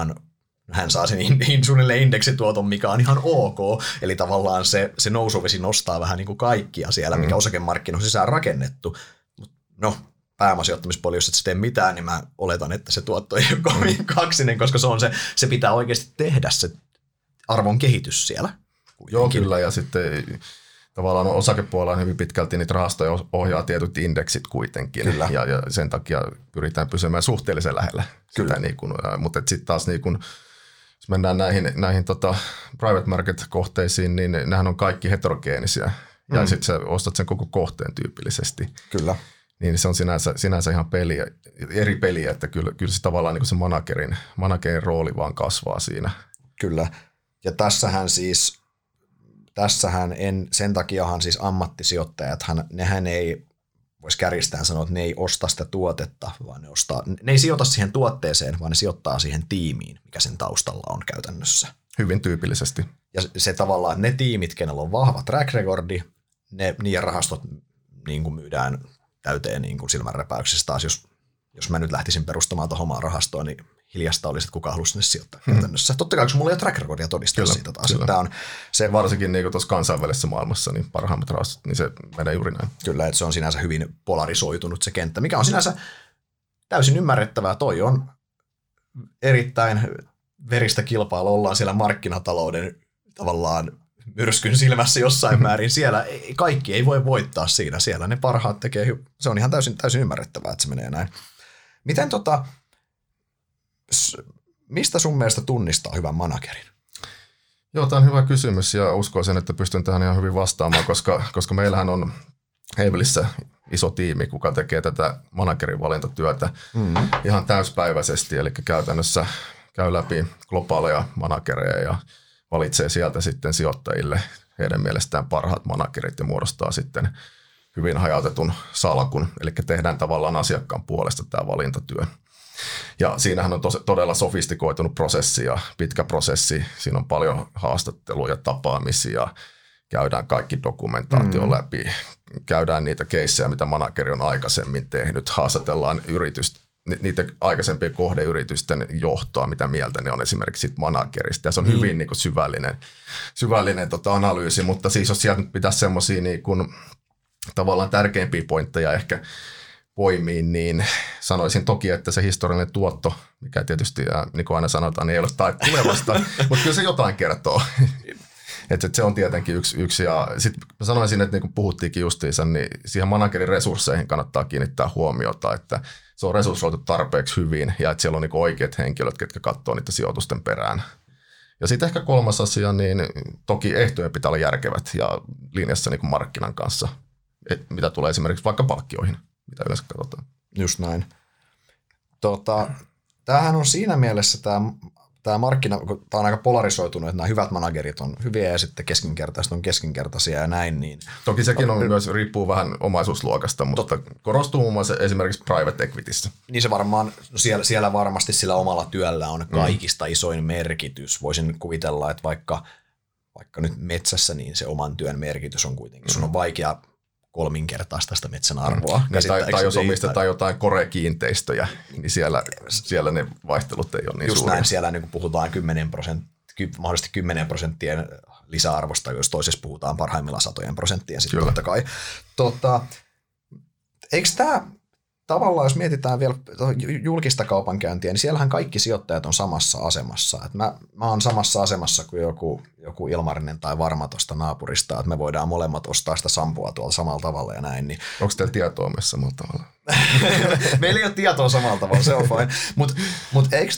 saa sen suunnilleen indeksituoton, mikä on ihan ok. Eli tavallaan se nousuvesi nostaa vähän niin kuin kaikkia siellä, mikä osakemarkkina on sisään rakennettu. No, pääomasijoittamispuoli, jos et sä tee mitään, niin mä oletan, että se tuotto ei ole kovin kaksinen, koska se pitää oikeasti tehdä se arvon kehitys siellä. Joo, kyllä. Ja sitten tavallaan osakepuolella hyvin pitkälti niitä rahastoja ohjaa tietyt indeksit kuitenkin. Kyllä. Ja sen takia pyritään pysymään suhteellisen lähellä. Kyllä. Mutta sitten taas niin kun, jos mennään näihin private market-kohteisiin, niin nehän on kaikki heterogeenisia. Ja sitten sä ostat sen koko kohteen tyypillisesti. Kyllä. Niin se on sinänsä ihan eri peliä, että kyllä se tavallaan niin se managerin rooli vaan kasvaa siinä. Kyllä. Ja tässähän siis tässähän sen takiahan siis ammattisijoittajat, nehän ei, voisi kärjistään sanoa, että ne ei osta sitä tuotetta, vaan ne ei sijoita siihen tuotteeseen, vaan ne sijoittaa siihen tiimiin, mikä sen taustalla on käytännössä. Hyvin tyypillisesti. Ja se tavallaan ne tiimit, kenellä on vahva track recordi, niiden rahastot niin kuin myydään täyteen niin kuin silmänräpäyksessä. Taas jos mä nyt lähtisin perustamaan tuohon omaa rahastoa, niin hiljasta olisi, että kukaan haluaisi sinne sijoittaa käytännössä. Totta kai, kun mulla ei ole track recordia todistaa siitä taas. Tämä on se, varsinkin niin tuossa kansainvälisessä maailmassa, niin parhaimmat rahastot, niin se menee juuri näin. Kyllä, että se on sinänsä hyvin polarisoitunut se kenttä, mikä on sinänsä täysin ymmärrettävää. Toi on erittäin veristä kilpailua, ollaan siellä markkinatalouden tavallaan myrskyn silmässä jossain määrin. Siellä kaikki ei voi voittaa siinä. Siellä ne parhaat tekee, se on ihan täysin ymmärrettävää, että se menee näin. Miten mistä sun mielestä tunnistaa hyvän managerin? Joo, tämä on hyvä kysymys ja uskoisin, että pystyn tähän ihan hyvin vastaamaan, koska meillähän on Havelissä iso tiimi, kuka tekee tätä managerin valintatyötä ihan täyspäiväisesti, eli käytännössä käy läpi globaaleja managereja ja valitsee sieltä sitten sijoittajille heidän mielestään parhaat managerit ja muodostaa sitten hyvin hajautetun salkun, eli tehdään tavallaan asiakkaan puolesta tämä valintatyö. Ja siinähän on todella sofistikoitunut prosessi ja pitkä prosessi. Siinä on paljon haastatteluja, tapaamisia, käydään kaikki dokumentaatio läpi, käydään niitä keissejä, mitä manageri on aikaisemmin tehnyt, haastatellaan niitä aikaisempien kohdeyritysten johtoa, mitä mieltä ne on esimerkiksi sit managerista. Ja se on hyvin niin kuin syvällinen analyysi, mutta siis jos sieltä nyt pitäisi semmoisia niin kuin tavallaan tärkeimpiä pointteja ehkä poimiin, niin sanoisin toki, että se historiallinen tuotto, mikä tietysti, niin kuin aina sanotaan, niin ei ole tae tulevasta, mutta kyllä se jotain kertoo. Että se on tietenkin yksi. Ja sitten mä sanoisin, että niin kuin puhuttiinkin justiinsa, niin siihen managerin resursseihin kannattaa kiinnittää huomiota, että se on resurssoitu tarpeeksi hyvin ja että siellä on niin kuin oikeat henkilöt, ketkä katsoo niitä sijoitusten perään. Ja sitten ehkä kolmas asia, niin toki ehtojen pitää olla järkevät ja linjassa niin kuin markkinan kanssa, mitä tulee esimerkiksi vaikka palkkioihin, mitä yleensä katsotaan. Just näin. Tämähän on siinä mielessä tämä markkina, kun tämä on aika polarisoitunut, että nämä hyvät managerit on hyviä ja sitten keskinkertaiset on keskinkertaisia ja näin. Niin toki sekin on myös riippuu vähän omaisuusluokasta, mutta korostuu muun muassa esimerkiksi private equityssä. Niin se varmaan, siellä varmasti sillä omalla työllä on kaikista isoin merkitys. Voisin kuvitella, että vaikka nyt metsässä, niin se oman työn merkitys on kuitenkin. Sun on vaikea kolminkertaista sitä metsän arvoa. Tai jos omistetaan jotain korekiinteistöjä, niin siellä ne vaihtelut ei ole niin just suuria. Näin, siellä niin puhutaan mahdollisesti 10% lisäarvosta, jos toisessa puhutaan parhaimmillaan 100%. Sitten totta kai. Eikö tämä tavallaan, jos mietitään vielä julkista kaupankäyntiä, niin siellähän kaikki sijoittajat on samassa asemassa. Et mä oon samassa asemassa kuin joku Ilmarinen tai Varma tuosta naapurista, että me voidaan molemmat ostaa sitä sampua tuolla samalla tavalla ja näin. Niin. Onko teillä tietoa myös samalla tavalla? Meillä ei ole tietoa samalla tavalla, se on fine. Mutta eikö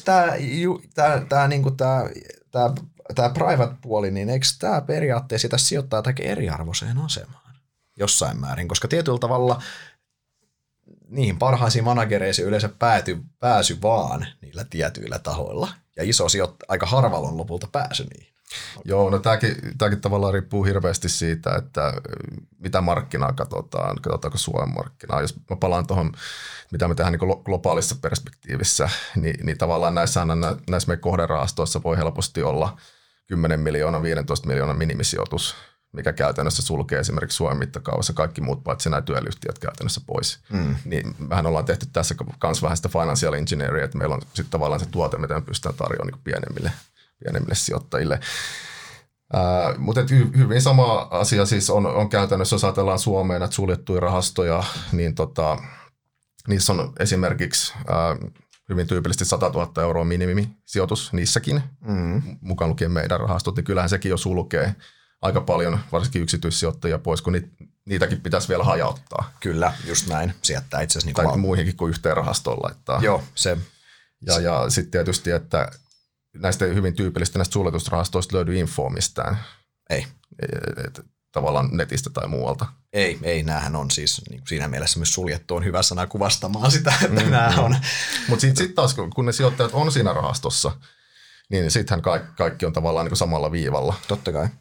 tämä private-puoli, niin eikö tämä periaatteessa sitä sijoittaa jotakin eriarvoiseen asemaan jossain määrin? Koska tietyllä tavalla niihin parhaisiin managereisiin yleensä pääsy vaan niillä tietyillä tahoilla. Ja aika harvalla on lopulta pääsy niihin. Joo, no tämäkin tavallaan riippuu hirveästi siitä, että mitä markkinaa katsotaan. Katsotaanko Suomen markkinaa. Jos mä palaan tuohon, mitä me tehdään niin globaalissa perspektiivissä, niin tavallaan näissä meidän kohderahastoissa voi helposti olla 10 miljoonaa, 15 miljoonaa minimisijoitus, mikä käytännössä sulkee esimerkiksi Suomen mittakaavassa kaikki muut paitsi nämä työyhtiöt käytännössä pois. Niin mehän ollaan tehty tässä myös vähän sitä financial engineeria, että meillä on sitten tavallaan se tuote, mitä me pystytään tarjoamaan niin pienemmille sijoittajille. Mutta hyvin sama asia siis on käytännössä, jos ajatellaan Suomeen näitä suljettuja rahastoja, niin niissä on esimerkiksi hyvin tyypillisesti 100 000 euroa minimisijoitus niissäkin, mukaan lukien meidän rahastot, niin kyllähän sekin jo sulkee aika paljon, varsinkin yksityissijoittajia pois, kun niitäkin pitäisi vielä hajauttaa. Kyllä, just näin. Sijoittaa itse asiassa tai muihinkin kuin yhteen rahastoon laittaa. Joo, se. Ja sitten tietysti, että näistä hyvin tyypillisesti näistä suljetusta rahastoista löydy infoa mistään. Ei. Tavallaan netistä tai muualta. Ei, näähän on siis niin siinä mielessä myös suljettu on hyvä sana kuvastamaan sitä, että nämä on. Mutta sitten taas, kun ne sijoittajat on siinä rahastossa, niin sittenhän kaikki on tavallaan niin kuin samalla viivalla. Totta kai.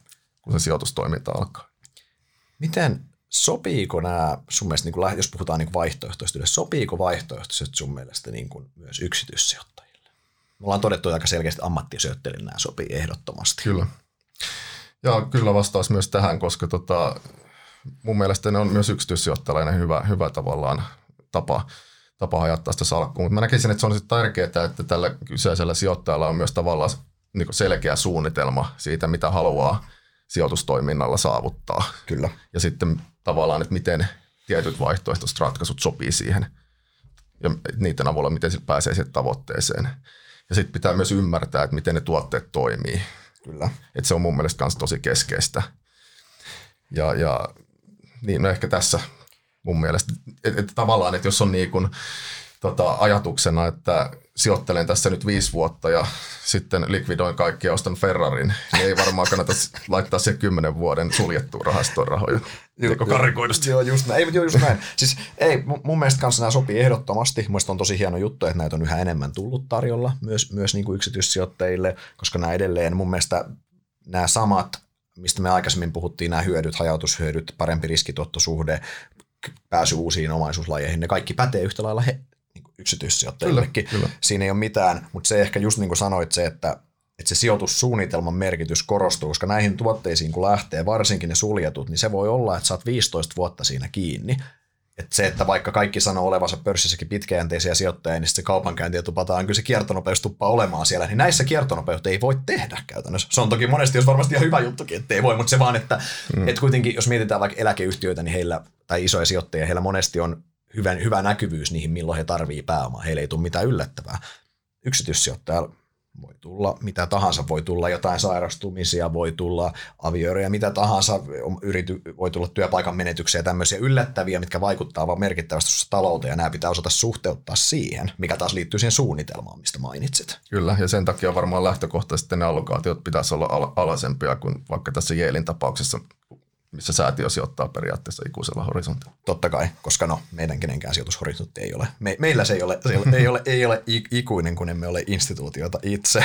kun se sijoitustoiminta alkaa. Miten sopiiko nämä sun mielestä, niin kuin, jos puhutaan niin vaihtoehtoisesti, sopiiko vaihtoehtoiset sun mielestä niin kuin myös yksityissijoittajille? Me ollaan todettu aika selkeästi, että ammattisijoittajille nämä sopii ehdottomasti. Kyllä. Ja kyllä vastaus myös tähän, koska mun mielestä ne on myös yksityissijoittajalainen hyvä tavallaan tapa hajattaa sitä salkkuun. Mutta mä näkisin, että se on tärkeää, että tällä kyseisellä sijoittajalla on myös tavallaan niin kuin selkeä suunnitelma siitä, mitä haluaa sijoitustoiminnalla saavuttaa. Kyllä. Ja sitten tavallaan, että miten tietyt vaihtoehtoiset ratkaisut sopii siihen ja niiden avulla, miten se pääsee siihen tavoitteeseen. Ja sitten pitää myös ymmärtää, että miten ne tuotteet toimii. Kyllä. Että se on mun mielestä myös tosi keskeistä. Ja niin, no ehkä tässä mun mielestä, että tavallaan, että jos on niin kuin, ajatuksena, että sijoittelen tässä nyt 5 vuotta ja sitten likvidoin kaikki ja ostan Ferrarin, niin ei varmaan kannata laittaa se 10 vuoden suljettuun rahastoon rahoja. Eikö karikoidusti? Joo, just näin. Siis ei, mun mielestä kanssa nämä sopii ehdottomasti. Mun mielestä on tosi hieno juttu, että näitä on yhä enemmän tullut tarjolla myös niin kuin yksityissijoittajille, koska nämä edelleen mun mielestä nämä samat, mistä me aikaisemmin puhuttiin, nämä hyödyt, hajautushyödyt, parempi riskituottosuhde, pääsy uusiin omaisuuslajeihin, ne kaikki pätee yhtä lailla yksityissijoittajillekin. Kyllä. Siinä ei ole mitään, mutta se ehkä just niin kuin sanoit se, että se sijoitussuunnitelman merkitys korostuu, koska näihin tuotteisiin kun lähtee, varsinkin ne suljetut, niin se voi olla, että sä oot 15 vuotta siinä kiinni. Että se, että vaikka kaikki sanoo olevansa pörssissäkin pitkäjänteisiä sijoittajia, niin se kaupankäyntiä tupataan, kyllä se kiertonopeus tuppaa olemaan siellä, niin näissä kiertonopeutta ei voi tehdä käytännössä. Se on toki monesti, jos varmasti ihan hyvä juttukin, että ei voi, mutta se vaan, että kuitenkin, jos mietitään vaikka eläkeyhtiöitä, niin heillä, tai isoja sijoittajia, heillä monesti on hyvä näkyvyys niihin, milloin he tarvii pääomaa. Heillä ei tule mitään yllättävää. Yksityissijoittajalla voi tulla mitä tahansa, voi tulla jotain sairastumisia, voi tulla avioeroja, mitä tahansa, voi tulla työpaikan menetyksiä ja tämmöisiä yllättäviä, mitkä vaikuttaa vaan merkittävästi talouteen, ja nämä pitää osata suhteuttaa siihen, mikä taas liittyy siihen suunnitelmaan, mistä mainitsit. Kyllä, ja sen takia varmaan lähtökohtaisesti ne allokaatiot pitäisi olla alaisempia kuin vaikka tässä Yalen tapauksessa, missä säätiö sijoittaa periaatteessa ikuisella horisontilla. Totta kai, koska meidän kenenkään sijoitushorisontti ei ole. Meillä se ei ole ikuinen, kun emme ole instituutioita itse.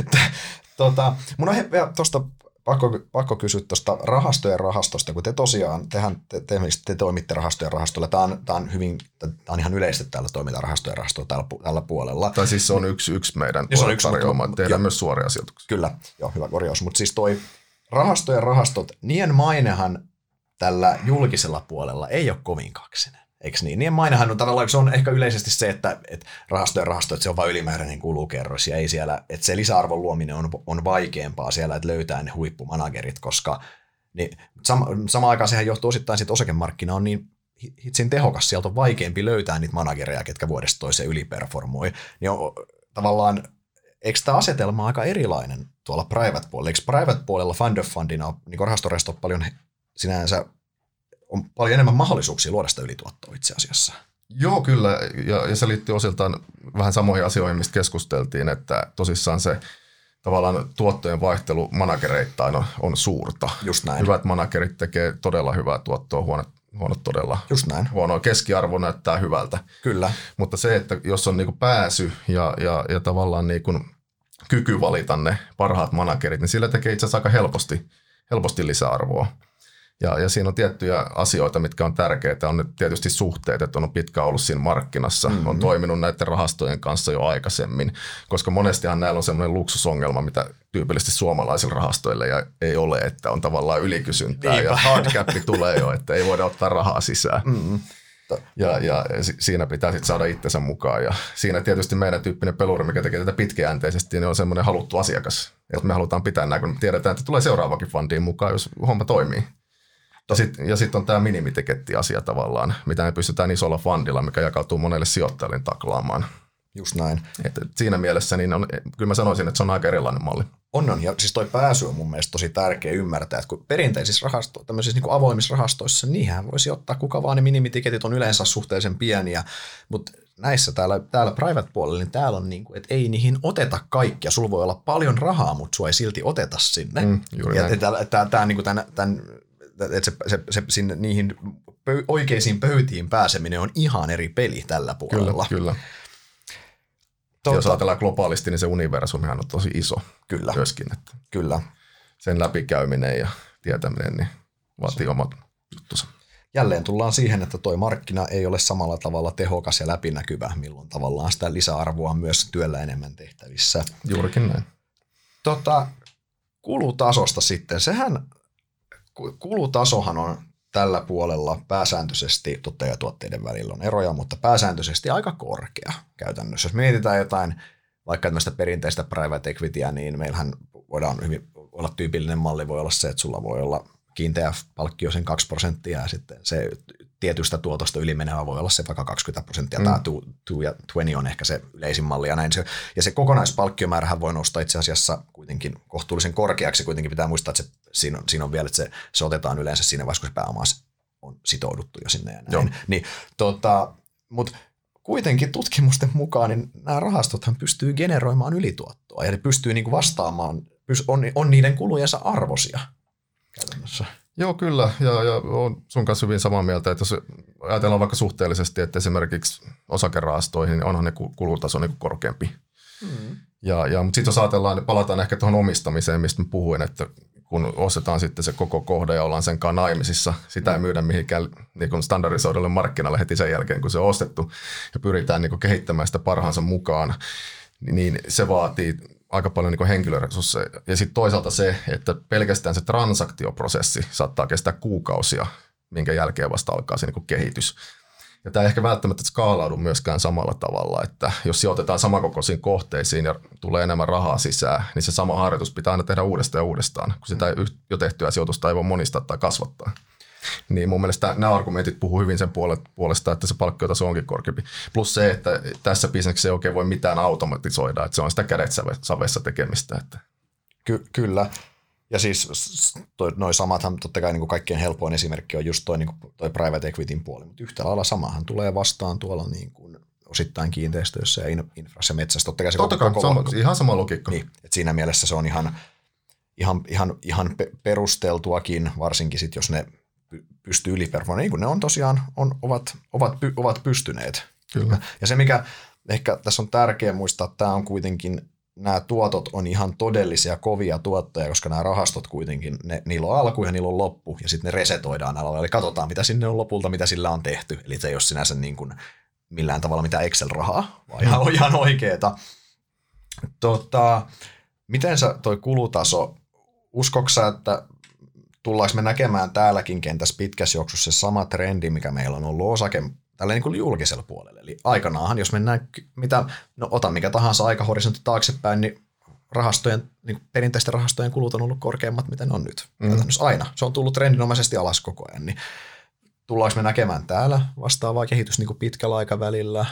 Mun on vielä tuosta pakko kysyä tuosta rahastojen rahastosta, kun te tosiaan, te toimitte rahastojen rahastolla. Tämä on ihan yleistä täällä toiminta rahastojen rahastolla tällä puolella. Tai siis se on yksi meidän tarjoama, tehdään myös suoria sijoituksia. Kyllä, joo, hyvä korjaus. Mutta siis toi rahastojen rahastot, niiden mainehan tällä julkisella puolella ei ole kovin kaksinen, eikö niin? Niiden mainehan on tavallaan, se on ehkä yleisesti se, että rahastojen rahasto, että se on vain ylimääräinen kulukerros ja ei siellä, että se lisäarvon luominen on vaikeampaa siellä, että löytää ne huippumanagerit, koska niin, samaan aikaan sehän johtuu osittain siitä, että osakemarkkina on niin hitsin tehokas, sieltä on vaikeampi löytää niitä managereja, ketkä vuodesta toiseen yliperformoi, niin on, tavallaan eikö tämä asetelma aika erilainen tuolla private-puolella? Eikö private-puolella fund of fundina, niin rahastoreista on paljon sinänsä, on paljon enemmän mahdollisuuksia luoda sitä ylituottoa itse asiassa? Joo, kyllä. Ja se liittyy osiltaan vähän samoihin asioihin, mistä keskusteltiin, että tosissaan se tavallaan tuottojen vaihtelu managereittain on suurta. Just näin. Hyvät managerit tekee todella hyvää tuottoa, huonot todella just näin. Huonoa. Keskiarvo näyttää hyvältä. Kyllä. Mutta se, että jos on niinku pääsy ja tavallaan niinku kyky valita ne parhaat managerit, niin sillä tekee itse asiassa aika helposti lisäarvoa. Ja siinä on tiettyjä asioita, mitkä on tärkeitä. On tietysti suhteet, että on pitkään ollut siinä markkinassa. On toiminut näiden rahastojen kanssa jo aikaisemmin, koska monestihan näillä on semmoinen luksusongelma, mitä tyypillisesti suomalaisilla rahastoilla ei ole, että on tavallaan ylikysyntää ja hard cap tulee jo, että ei voida ottaa rahaa sisään. Ja siinä pitää sitten saada itsensä mukaan. Ja siinä tietysti meidän tyyppinen peluri, mikä tekee tätä pitkäjänteisesti, niin on semmoinen haluttu asiakas. Että me halutaan pitää nämä, kun tiedetään, että tulee seuraavakin fundiin mukaan, jos homma toimii. Ja sitten on tämä minimiteketti-asia tavallaan, mitä me pystytään isolla fundilla, mikä jakautuu monelle sijoittajalle taklaamaan. Just näin. Että siinä mielessä niin kyllä mä sanoisin, että se on aika erilainen malli. On. Ja siis toi pääsy on mun mielestä tosi tärkeä ymmärtää, että kun perinteisissä rahastoissa, tämmöisissä niin kuin avoimissa rahastoissa, niihinhän voisi ottaa kuka vaan, ne minimitiketit on yleensä suhteellisen pieniä, mutta näissä täällä private-puolella, niin täällä on niin kuin, että ei niihin oteta kaikkia. Sulla voi olla paljon rahaa, mutta sua ei silti oteta sinne. Ja tämä niin kuin että se sinne niihin oikeisiin pöytiin pääseminen on ihan eri peli tällä puolella. Kyllä. Jos ajatellaan globaalisti, niin se universumihan on tosi iso. Kyllä. Myöskin. Että kyllä. Sen läpikäyminen ja tietäminen niin vaatii omat juttunsa. Jälleen tullaan siihen, että toi markkina ei ole samalla tavalla tehokas ja läpinäkyvä, milloin tavallaan sitä lisäarvoa on myös työllä enemmän tehtävissä. Juurikin näin. Kulutasosta sitten. Kulutasohan on tällä puolella pääsääntöisesti, totta ja tuotteiden välillä on eroja, mutta pääsääntöisesti aika korkea käytännössä. Jos mietitään jotain vaikka tämmöistä perinteistä private equityä, niin meillähän voidaan hyvin olla tyypillinen malli, voi olla se, että sulla voi olla kiinteä palkkio sen 2% ja sitten se tietystä tuotosta ylimenevä voi olla se vaikka 20%. Tämä 2 ja 20 on ehkä se yleisin malli ja näin. Ja se kokonaispalkkiomäärähän voi nousta itse asiassa kuitenkin kohtuullisen korkeaksi. Kuitenkin pitää muistaa, että siinä on vielä, että se otetaan yleensä siinä vaiheessa, kun se pääoma on sitouduttu jo sinne ja näin. Niin, mutta kuitenkin tutkimusten mukaan niin nämä rahastothan pystyy generoimaan ylituottoa ja ne pystyy niin kuin vastaamaan, on niiden kulujensa arvoisia käytännössä. Joo, kyllä. Ja olen sun kanssa hyvin samaa mieltä, että jos ajatellaan vaikka suhteellisesti, että esimerkiksi osakerahastoihin, niin onhan ne kulutaso niin korkeampi. Mutta sitten jos ajatellaan, niin palataan ehkä tuohon omistamiseen, mistä mä puhuin, että kun ostetaan sitten se koko kohde ja ollaan sen kanssa naimisissa, sitä ei myydä mihinkään niin standardisoidulle markkinalle heti sen jälkeen, kun se on ostettu ja pyritään niin kehittämään sitä parhaansa mukaan, niin se vaatii aika paljon niin henkilöresursseja. Ja sitten toisaalta se, että pelkästään se transaktioprosessi saattaa kestää kuukausia, minkä jälkeen vasta alkaa se niin kehitys. Ja tämä ei ehkä välttämättä skaalaudu myöskään samalla tavalla, että jos sijoitetaan samankokoisiin kohteisiin ja tulee enemmän rahaa sisään, niin se sama harjoitus pitää aina tehdä uudestaan ja uudestaan, kun sitä jo tehtyä sijoitusta ei voi monistaa tai kasvattaa. Niin mun mielestä nämä argumentit puhuu hyvin sen puolesta, että se palkkiotaso onkin korkeampi. Plus se, että tässä bisneksessä ei oikein voi mitään automatisoida, että se on sitä kädet savessa tekemistä. Että. Kyllä. Ja siis noi samathan totta kai niin kuin kaikkein helpoin esimerkki on just toi private equityn puoli, mutta yhtä lailla samahan tulee vastaan tuolla niin kuin osittain kiinteistöissä ja infrassa ja metsässä. Totta kai ihan sama logiikka. Niin, että siinä mielessä se on ihan perusteltuakin, varsinkin sit, jos ne pystyy yliperformoimaan, niin kuin ne on tosiaan ovat pystyneet. Kyllä. Ja se, mikä ehkä tässä on tärkeää muistaa, että tämä on kuitenkin, nämä tuotot on ihan todellisia kovia tuottoja, koska nämä rahastot kuitenkin, niillä on alku ja niillä on loppu, ja sitten ne resetoidaan alalla, eli katsotaan, mitä sinne on lopulta, mitä sillä on tehty. Eli se ei ole sinänsä niin kuin millään tavalla mitään Excel-rahaa, vaan ihan oikeeta. Miten sä toi kulutaso, uskoksa, että tullaanko me näkemään täälläkin kentässä pitkässä juoksussa se sama trendi, mikä meillä on ollut tällä niin kuin julkisella puolella. Eli aikanaanhan, jos mennään, ota mikä tahansa aikahorisontti taaksepäin, niin niin perinteisten rahastojen kulut on ollut korkeammat, mitä ne on nyt. Aina. Se on tullut trendinomaisesti alas koko ajan. Niin tullaanko me näkemään täällä vastaavaa kehitys niin kuin pitkällä aikavälillä?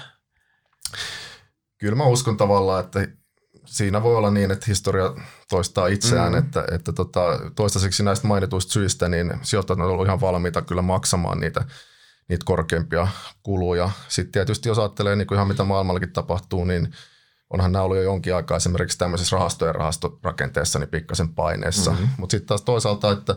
Kyllä mä uskon tavallaan, että siinä voi olla niin, että historia toistaa itseään, että toistaiseksi näistä mainituista syistä niin sijoittajat on ollut ihan valmiita kyllä maksamaan niitä korkeampia kuluja. Sitten tietysti jos ajattelee niin kuin ihan mitä maailmallakin tapahtuu, niin onhan nämä ollut jo jonkin aikaa esimerkiksi tämmöisessä rahastorakenteessa niin pikkasen paineessa. Mutta sitten taas toisaalta, että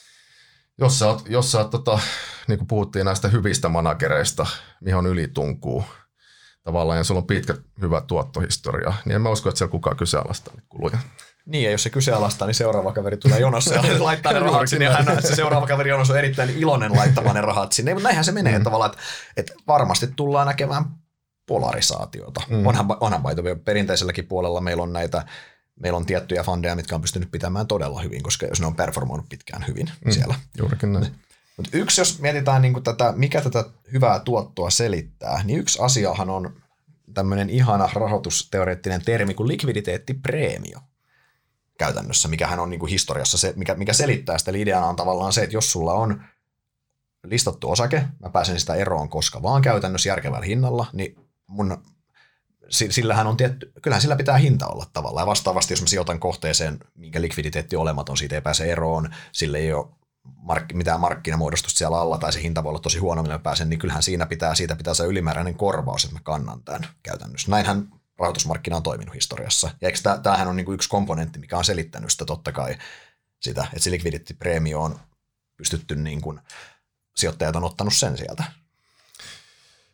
jos sä oot, niin kuin puhuttiin näistä hyvistä managereista, mihin ylitunkuu tavallaan, ja sulla on pitkä hyvä tuottohistoria, niin en mä usko, että siellä kukaan kyseenalaistaa niitä kuluja. Niin, ja jos se kyseenalaistaa, niin seuraava kaveri tulee jonossa ja laittaa ne rahat sinne, ja se seuraava kaveri jonossa on erittäin iloinen laittamaan ne rahat sinne. Mutta näinhän se menee tavallaan, että varmasti tullaan näkemään polarisaatiota. Onhan perinteiselläkin puolella meillä on tiettyjä fundeja, mitkä on pystynyt pitämään todella hyvin, koska jos ne on performoinut pitkään hyvin siellä. Juurikin näin. Mutta yksi, jos mietitään niin mikä tätä hyvää tuottoa selittää, niin yksi asiahan on tämmöinen ihana rahoitusteoreettinen termi kuin likviditeettipreemio käytännössä, mikähän on niin kuin historiassa se, mikä selittää sitä. Eli ideana on tavallaan se, että jos sulla on listattu osake, mä pääsen sitä eroon koska vaan käytännössä järkevällä hinnalla, niin sillähän on kyllähän sillä pitää hinta olla tavallaan. Ja vastaavasti, jos mä sijoitan kohteeseen, minkä likviditeetti on olematon, siitä ei pääse eroon, sille ei ole mitään markkinamuodostusta siellä alla, tai se hinta voi olla tosi huono, millä mä pääsen, niin kyllähän siitä pitää se ylimääräinen korvaus, että mä kannan tämän käytännössä. Näinhän rahoitusmarkkina on toiminut historiassa. Ja eikö tämähän on niin kuin yksi komponentti, mikä on selittänyt sitä totta kai sitä, että se likviditeettipreemio on pystytty, niin kuin sijoittajat on ottanut sen sieltä.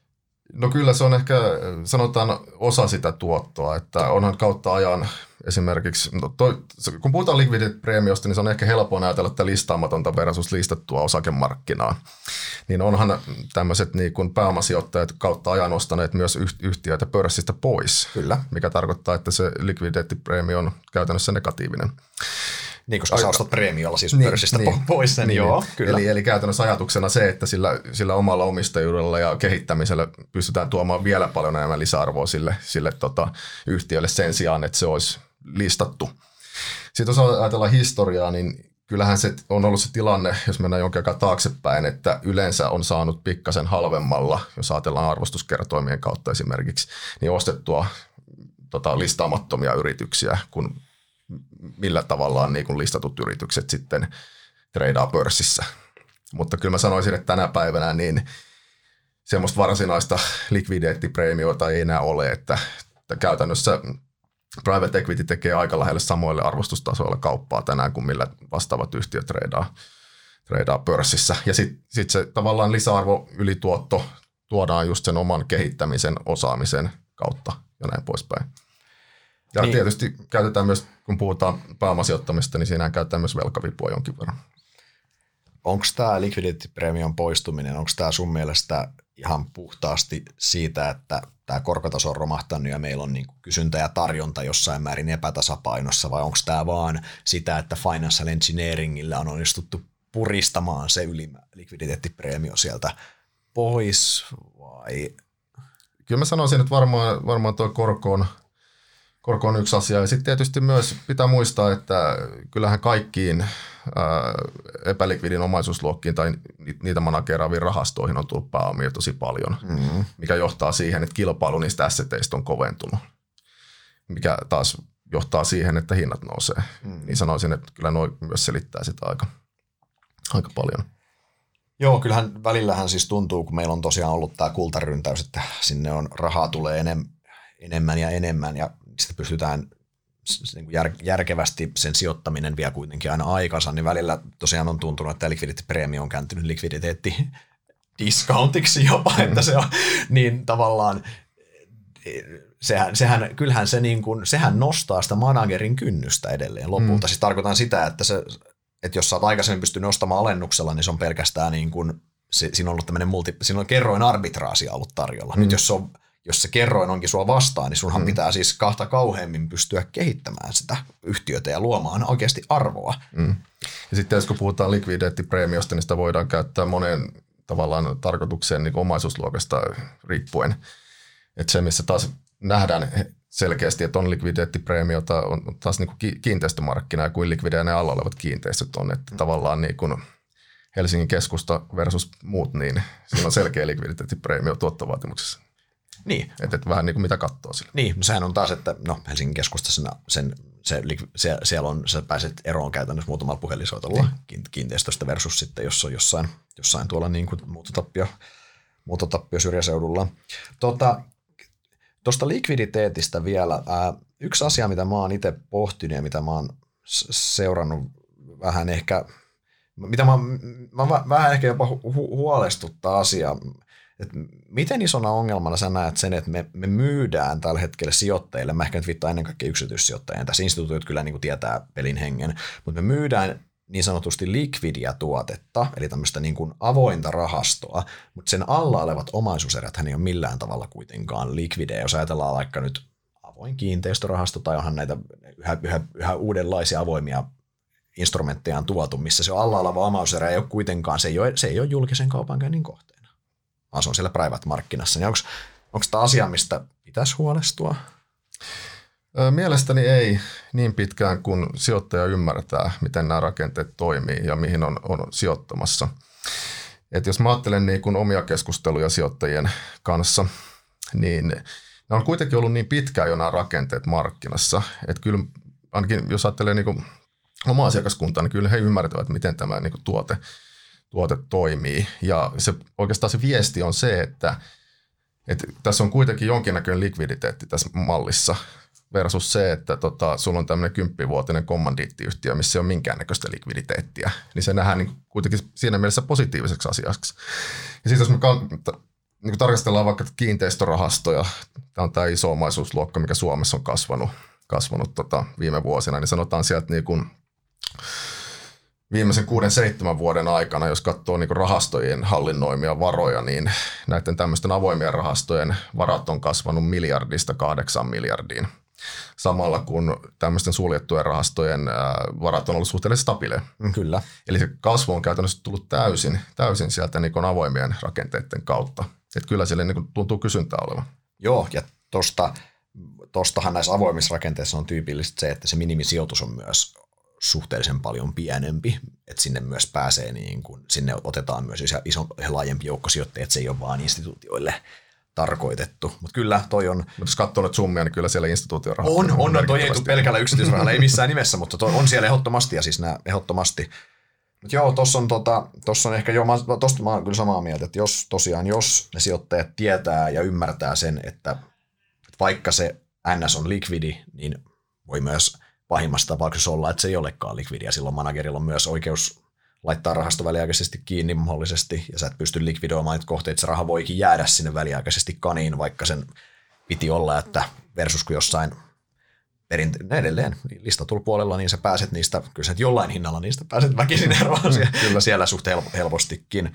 No kyllä se on ehkä, sanotaan, osa sitä tuottoa, että onhan kautta ajan esimerkiksi, kun puhutaan liquidity-preemiosta, niin se on ehkä helpoin ajatella, että listaamatonta versus listattua osakemarkkinaa. Niin onhan tämmöiset niin kuin pääomasijoittajat kautta ajan ostaneet myös yhtiöitä pörssistä pois. Kyllä. Mikä tarkoittaa, että se liquidity-preemio on käytännössä negatiivinen. Niin, koska sä ostat preemiolla siis pörssistä pois sen, joo, kyllä. Eli käytännössä ajatuksena se, että sillä omalla omistajuudella ja kehittämisellä pystytään tuomaan vielä paljon enemmän lisäarvoa sille yhtiölle sen sijaan, että se olisi listattu. Sitten jos ajatellaan historiaa, niin kyllähän se on ollut se tilanne, jos mennään jonkin aikaa taaksepäin, että yleensä on saanut pikkasen halvemmalla, jos ajatellaan arvostuskertoimien kautta esimerkiksi, niin ostettua listaamattomia yrityksiä, kun millä tavallaan niin kuin listatut yritykset sitten treidaa pörssissä. Mutta kyllä mä sanoisin, että tänä päivänä niin semmoista varsinaista likviditeettipreemioita ei enää ole, että käytännössä private equity tekee aika lähelle samoille arvostustasoille kauppaa tänään kuin millä vastaavat yhtiöt treidaa pörssissä. Ja sitten se tavallaan lisäarvo ylituotto tuodaan just sen oman kehittämisen, osaamisen kautta ja näin poispäin. Ja niin. Tietysti käytetään myös, kun puhutaan pääomasijoittamista, niin siinähän käytetään myös velkavipua jonkin verran. Onko tämä liquidity-preemion poistuminen, onko tämä sun mielestä ihan puhtaasti siitä, että tämä korkotaso on romahtanut ja meillä on niin kuin kysyntä ja tarjonta jossain määrin epätasapainossa, vai onko tämä vaan sitä, että financial engineeringillä on onnistuttu puristamaan se likviditeettipreemio sieltä pois, vai? Kyllä mä sanoisin, että varmaan tuo korko on yksi asia. Ja sitten tietysti myös pitää muistaa, että kyllähän kaikkiin epälikvidin omaisuusluokkiin tai niitä manageraaviin rahastoihin on tullut pääomia tosi paljon, mikä johtaa siihen, että kilpailu niistä asseteista on koventunut, mikä taas johtaa siihen, että hinnat nousee. Niin sanoisin, että kyllä nuo myös selittää sitä aika paljon. Joo, kyllähän välillähän siis tuntuu, kun meillä on tosiaan ollut tämä kultaryntäys, että sinne on rahaa tulee enemmän ja enemmän ja sitä pystytään järkevästi sen sijoittaminen vie kuitenkin aina aikansa, niin välillä tosiaan on tuntunut, että likviditeettipreemio on kääntynyt likviditeetti-discountiksi jopa, että se on niin tavallaan, kyllähän se niin kuin, sehän nostaa sitä managerin kynnystä edelleen lopulta. Siis tarkoitan sitä, että jos sä oot aikaisemmin pystynyt ostamaan alennuksella, niin se on pelkästään niin kuin, siinä on ollut tämmöinen siinä on kerroin arbitraasia ollut tarjolla. Nyt jos se kerroin onkin sua vastaan, niin sunhan pitää siis kahta kauheammin pystyä kehittämään sitä yhtiötä ja luomaan oikeasti arvoa. Ja sitten kun puhutaan likviditeettipreemiosta, niin sitä voidaan käyttää monen tavallaan tarkoitukseen niin omaisuusluokasta riippuen. Että se, missä taas nähdään selkeästi, että on likviditeettipreemiota, on taas niin kuin kiinteistömarkkina ja kuin likvidejä ne alla olevat kiinteistöt on. Että tavallaan niin kuin Helsingin keskusta versus muut, niin siinä on selkeä likviditeettipreemio tuottovaatimuksessa. Niin. Että vähän niin kuin mitä katsoo sillä. Niin, sehän on taas, että Helsingin keskustassa siellä on, sä pääset eroon käytännössä muutamalla puhelinsoitolla kiinteistöstä versus sitten, jos on jossain tuolla niin kuin muuttotappio syrjäseudulla. Tuosta likviditeetistä vielä. Yksi asia, mitä mä oon itse pohtinut ja mitä mä oon seurannut vähän ehkä, mitä mä vähän ehkä jopa huolestuttaa asiaa. Et miten isona ongelmana sä näet sen, että me myydään tällä hetkellä sijoittajille, mä ehkä nyt viittaan ennen kaikkea yksityissijoittajia, tässä instituutiot kyllä niin kuin tietää pelin hengen, mutta me myydään niin sanotusti likvidia tuotetta, eli tämmöistä niin kuin avointa rahastoa, mutta sen alla olevat omaisuuserät ei ole millään tavalla kuitenkaan likvidejä, jos ajatellaan vaikka nyt avoin kiinteistörahasto tai onhan näitä yhä uudenlaisia avoimia instrumentteja on tuotu, missä se alla oleva omaisuuserä ei ole kuitenkaan, se ei ole julkisen kaupankäynnin kohteena. Vaan se on siellä private-markkinassa. Niin onko tämä asia, mistä pitäisi huolestua? Mielestäni ei niin pitkään, kun sijoittaja ymmärtää, miten nämä rakenteet toimii ja mihin on sijoittamassa. Et jos mä ajattelen niin kuin omia keskusteluja sijoittajien kanssa, niin nämä on kuitenkin ollut niin pitkään jo nämä rakenteet markkinassa. Että kyllä ainakin jos ajattelee niin kuin omaa asiakaskuntaa, niin kyllä he ymmärtävät, miten tämä niin kuin tuote toimii. Ja oikeastaan se viesti on se, että tässä on kuitenkin jonkinnäköinen likviditeetti tässä mallissa versus se, että sulla on tämmöinen 10-vuotinen kommandiittiyhtiö, missä ei ole minkäännäköistä likviditeettiä. Niin se nähdään niin kuitenkin siinä mielessä positiiviseksi asiaksi. Ja sitten jos me niin tarkastellaan vaikka kiinteistörahastoja, tämä on tämä iso omaisuusluokka, mikä Suomessa on kasvanut viime vuosina, niin sanotaan sieltä niin kuin viimeisen 6-7 vuoden aikana, jos katsoo niin kuin rahastojen hallinnoimia varoja, niin näiden tämmöisten avoimien rahastojen varat on kasvanut miljardista 8 miljardiin. Samalla kun tämmöisten suljettujen rahastojen varat on ollut suhteellisen stabiileja. Kyllä. Eli se kasvu on käytännössä tullut täysin sieltä niin kuin avoimien rakenteiden kautta. Että kyllä siellä niin kuin tuntuu kysyntää olevan. Joo, ja tostahan näissä avoimissa rakenteissa on tyypillistä se, että se minimisijoitus on myös suhteellisen paljon pienempi, että sinne myös pääsee, niin kuin, sinne otetaan myös iso laajempi joukko sijoittajia, että se ei ole vaan instituutioille tarkoitettu. Mutta kyllä toi on... Mutta jos katsoo nyt summia, niin kyllä siellä instituutiorahat on toi ei tule pelkällä yksityisrahalla, ei missään nimessä, mutta toi on siellä ehdottomasti, ja siis nämä ehdottomasti. Mutta joo, tossa on ehkä jo, tosta mä oon kyllä samaa mieltä, että jos ne sijoittajat tietää ja ymmärtää sen, että vaikka se NS on likvidi, niin voi myös pahimmassa tapauksessa olla, että se ei olekaan likvidia. Silloin managerilla on myös oikeus laittaa rahasto väliaikaisesti kiinni mahdollisesti, ja sä et pysty likvidoimaan niitä kohteita, se raha voikin jäädä sinne väliaikaisesti kaniin, vaikka sen piti olla, että versus kun jossain edelleen listatulla puolella, niin sä pääset niistä, kyllä sä et jollain hinnalla niistä pääset väkisin eroon siellä suht helpostikin.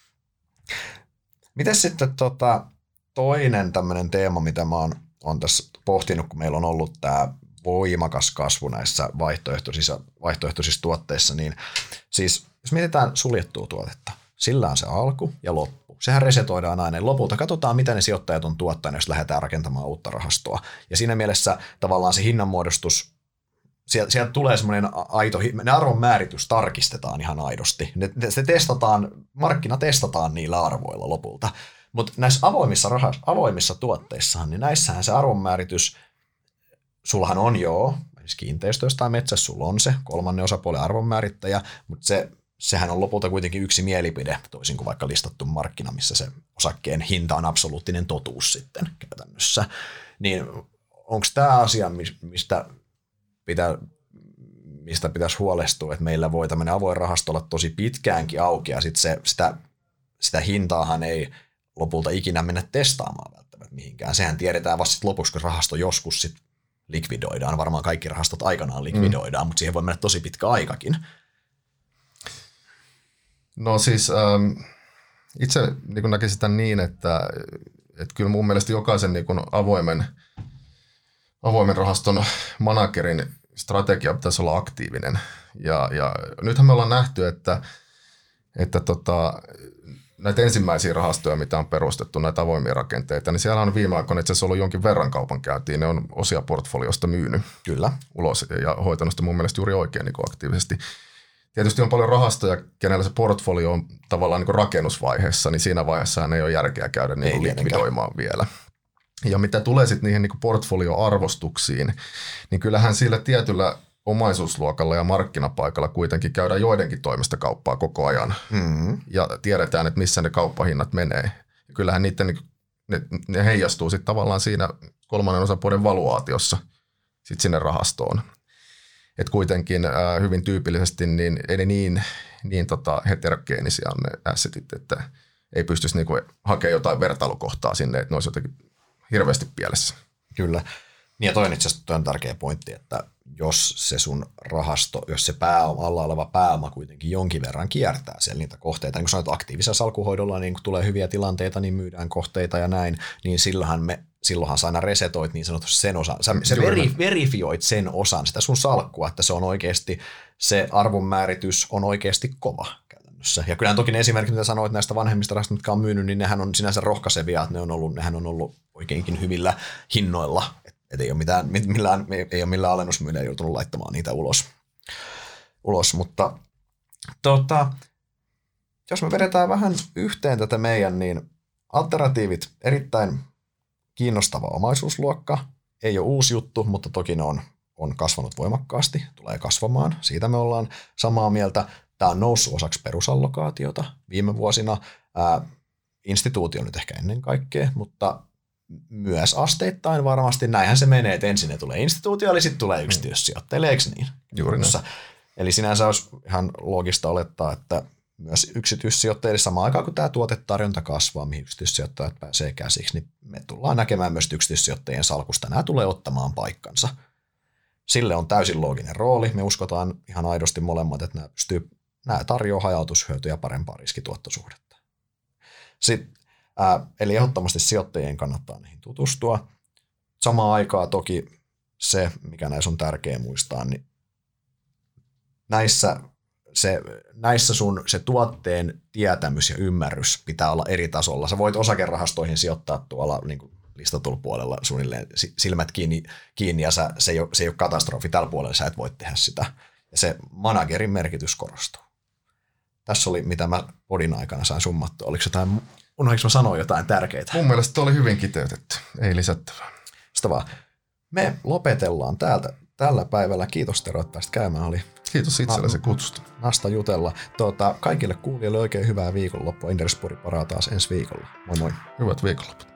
Mites sitten toinen tämmöinen teema, mitä mä oon tässä pohtinut, kun meillä on ollut tämä voimakas kasvu näissä vaihtoehtoisissa tuotteissa, niin siis jos mietitään suljettua tuotetta, sillä on se alku ja loppu. Sehän resetoidaan aina. Lopulta katsotaan, mitä ne sijoittajat on tuottanut, jos lähdetään rakentamaan uutta rahastoa. Ja siinä mielessä tavallaan se hinnanmuodostus, sieltä tulee semmoinen aito, ne arvonmääritys tarkistetaan ihan aidosti. Se testataan, markkina testataan niillä arvoilla lopulta. Mutta näissä avoimissa tuotteissahan, niin näissähän se arvonmääritys, sullahan on siis kiinteistöistä tai metsässä sulla on se kolmannen osapuolen arvonmäärittäjä, mutta sehän on lopulta kuitenkin yksi mielipide, toisin kuin vaikka listattu markkina, missä se osakkeen hinta on absoluuttinen totuus sitten käytännössä. Niin onko tämä asia, mistä pitäisi huolestua, että meillä voi tämmöinen avoin rahasto olla tosi pitkäänkin auki, ja sitten sitä hintaahan ei lopulta ikinä mennä testaamaan välttämättä mihinkään. Sehän tiedetään vasta sitten lopuksi, kun rahasto joskus sitten likvidoidaan. Varmaan kaikki rahastot aikanaan likvidoidaan, mutta siihen voi mennä tosi pitkä aikakin. No siis itse niin näkisin sitä niin, että kyllä mun mielestä jokaisen niin avoimen rahaston managerin strategia pitäisi olla aktiivinen. Ja nythän me ollaan nähty, että näitä ensimmäisiä rahastoja, mitä on perustettu, näitä avoimia rakenteita, niin siellä on viime aikoina itse asiassa ollut jonkin verran kaupankäyntiä. Ne on osia portfoliosta myynyt Kyllä. ulos ja hoitanut sitä mun mielestä juuri oikein niin aktiivisesti. Tietysti on paljon rahastoja, kenellä se portfolio on tavallaan niin rakennusvaiheessa, niin siinä vaiheessa ei ole järkeä käydä niin likvidoimaan vielä. Ja mitä tulee sitten niihin niin portfolioarvostuksiin, niin kyllähän sillä tietyllä omaisuusluokalla ja markkinapaikalla kuitenkin käydään joidenkin toimesta kauppaa koko ajan. Mm-hmm. Ja tiedetään, että missä ne kauppahinnat menee. Ja kyllähän ne heijastuu sitten tavallaan siinä kolmannen osapuolen valuaatiossa sitten sinne rahastoon. Että kuitenkin hyvin tyypillisesti niin ei ne niin heterogeenisia on ne assetit, että ei pystyisi niinku hakemaan jotain vertailukohtaa sinne, että ne olisi jotenkin hirveästi pielessä. Kyllä. Niin ja toinen itse asiassa on tärkeä pointti, että jos se sun rahasto, jos se alla oleva pääoma kuitenkin jonkin verran kiertää siellä niitä kohteita, niin kuin sanoit, aktiivisella salkuhoidolla, niin kun tulee hyviä tilanteita, niin myydään kohteita ja näin, niin silloinhan sä aina resetoit niin sanotusti sen osan, sä verifioit sen osan, sitä sun salkkua, että se on oikeasti, se arvonmääritys on oikeasti kova käytännössä. Ja kyllähän toki ne esimerkit, mitä sanoit näistä vanhemmista rahastoista, mitkä on myynyt, niin nehän on sinänsä rohkaisevia, että nehän on ollut oikeinkin hyvillä hinnoilla. Että ei ole millään alennusmyynnillä joutunut laittamaan niitä ulos. Mutta jos me vedetään vähän yhteen tätä meidän, niin alternatiivit erittäin kiinnostava omaisuusluokka. Ei ole uusi juttu, mutta toki ne on kasvanut voimakkaasti, tulee kasvamaan. Siitä me ollaan samaa mieltä. Tämä on noussut osaksi perusallokaatiota viime vuosina. Instituutio nyt ehkä ennen kaikkea, mutta myös asteittain varmasti. Näinhän se menee, että ensin ne tulee instituutioille, sitten tulee yksityissijoittajille, eikö niin? Juuri näin. Eli sinänsä olisi ihan loogista olettaa, että myös yksityissijoittajille samaan aikaan, kun tämä tuotetarjonta kasvaa, mihin yksityissijoittajat pääsee käsiksi, niin me tullaan näkemään myös yksityissijoittajien salkusta. Nämä tulee ottamaan paikkansa. Sille on täysin looginen rooli. Me uskotaan ihan aidosti molemmat, että nämä tarjoaa hajautushyötyjä parempaa riskituottosuhdetta. Eli ehdottomasti sijoittajien kannattaa niihin tutustua. Samaan aikaan toki se, mikä näissä on tärkeää muistaa, niin näissä se tuotteen tietämys ja ymmärrys pitää olla eri tasolla. Sä voit osakerahastoihin sijoittaa tuolla niin kuin listatulla puolella suunnilleen silmät kiinni ja se ei ole katastrofi. Tällä puolella sä et voi tehdä sitä. Ja se managerin merkitys korostuu. Tässä oli, mitä mä podin aikana sain summattua. Unohdinko mä sanoa jotain tärkeää? Mun mielestä oli hyvin kiteytetty. Ei lisättävää. Sitä vaan. Me lopetellaan tällä päivällä. Kiitos Tero, että pääsit käymään. Kiitos itsellesi kutsusta. Nasta jutella. Kaikille kuulijoille oikein hyvää viikonloppua. Inderes Pori paraa taas ensi viikolla. Moi moi. Hyvät viikonloput.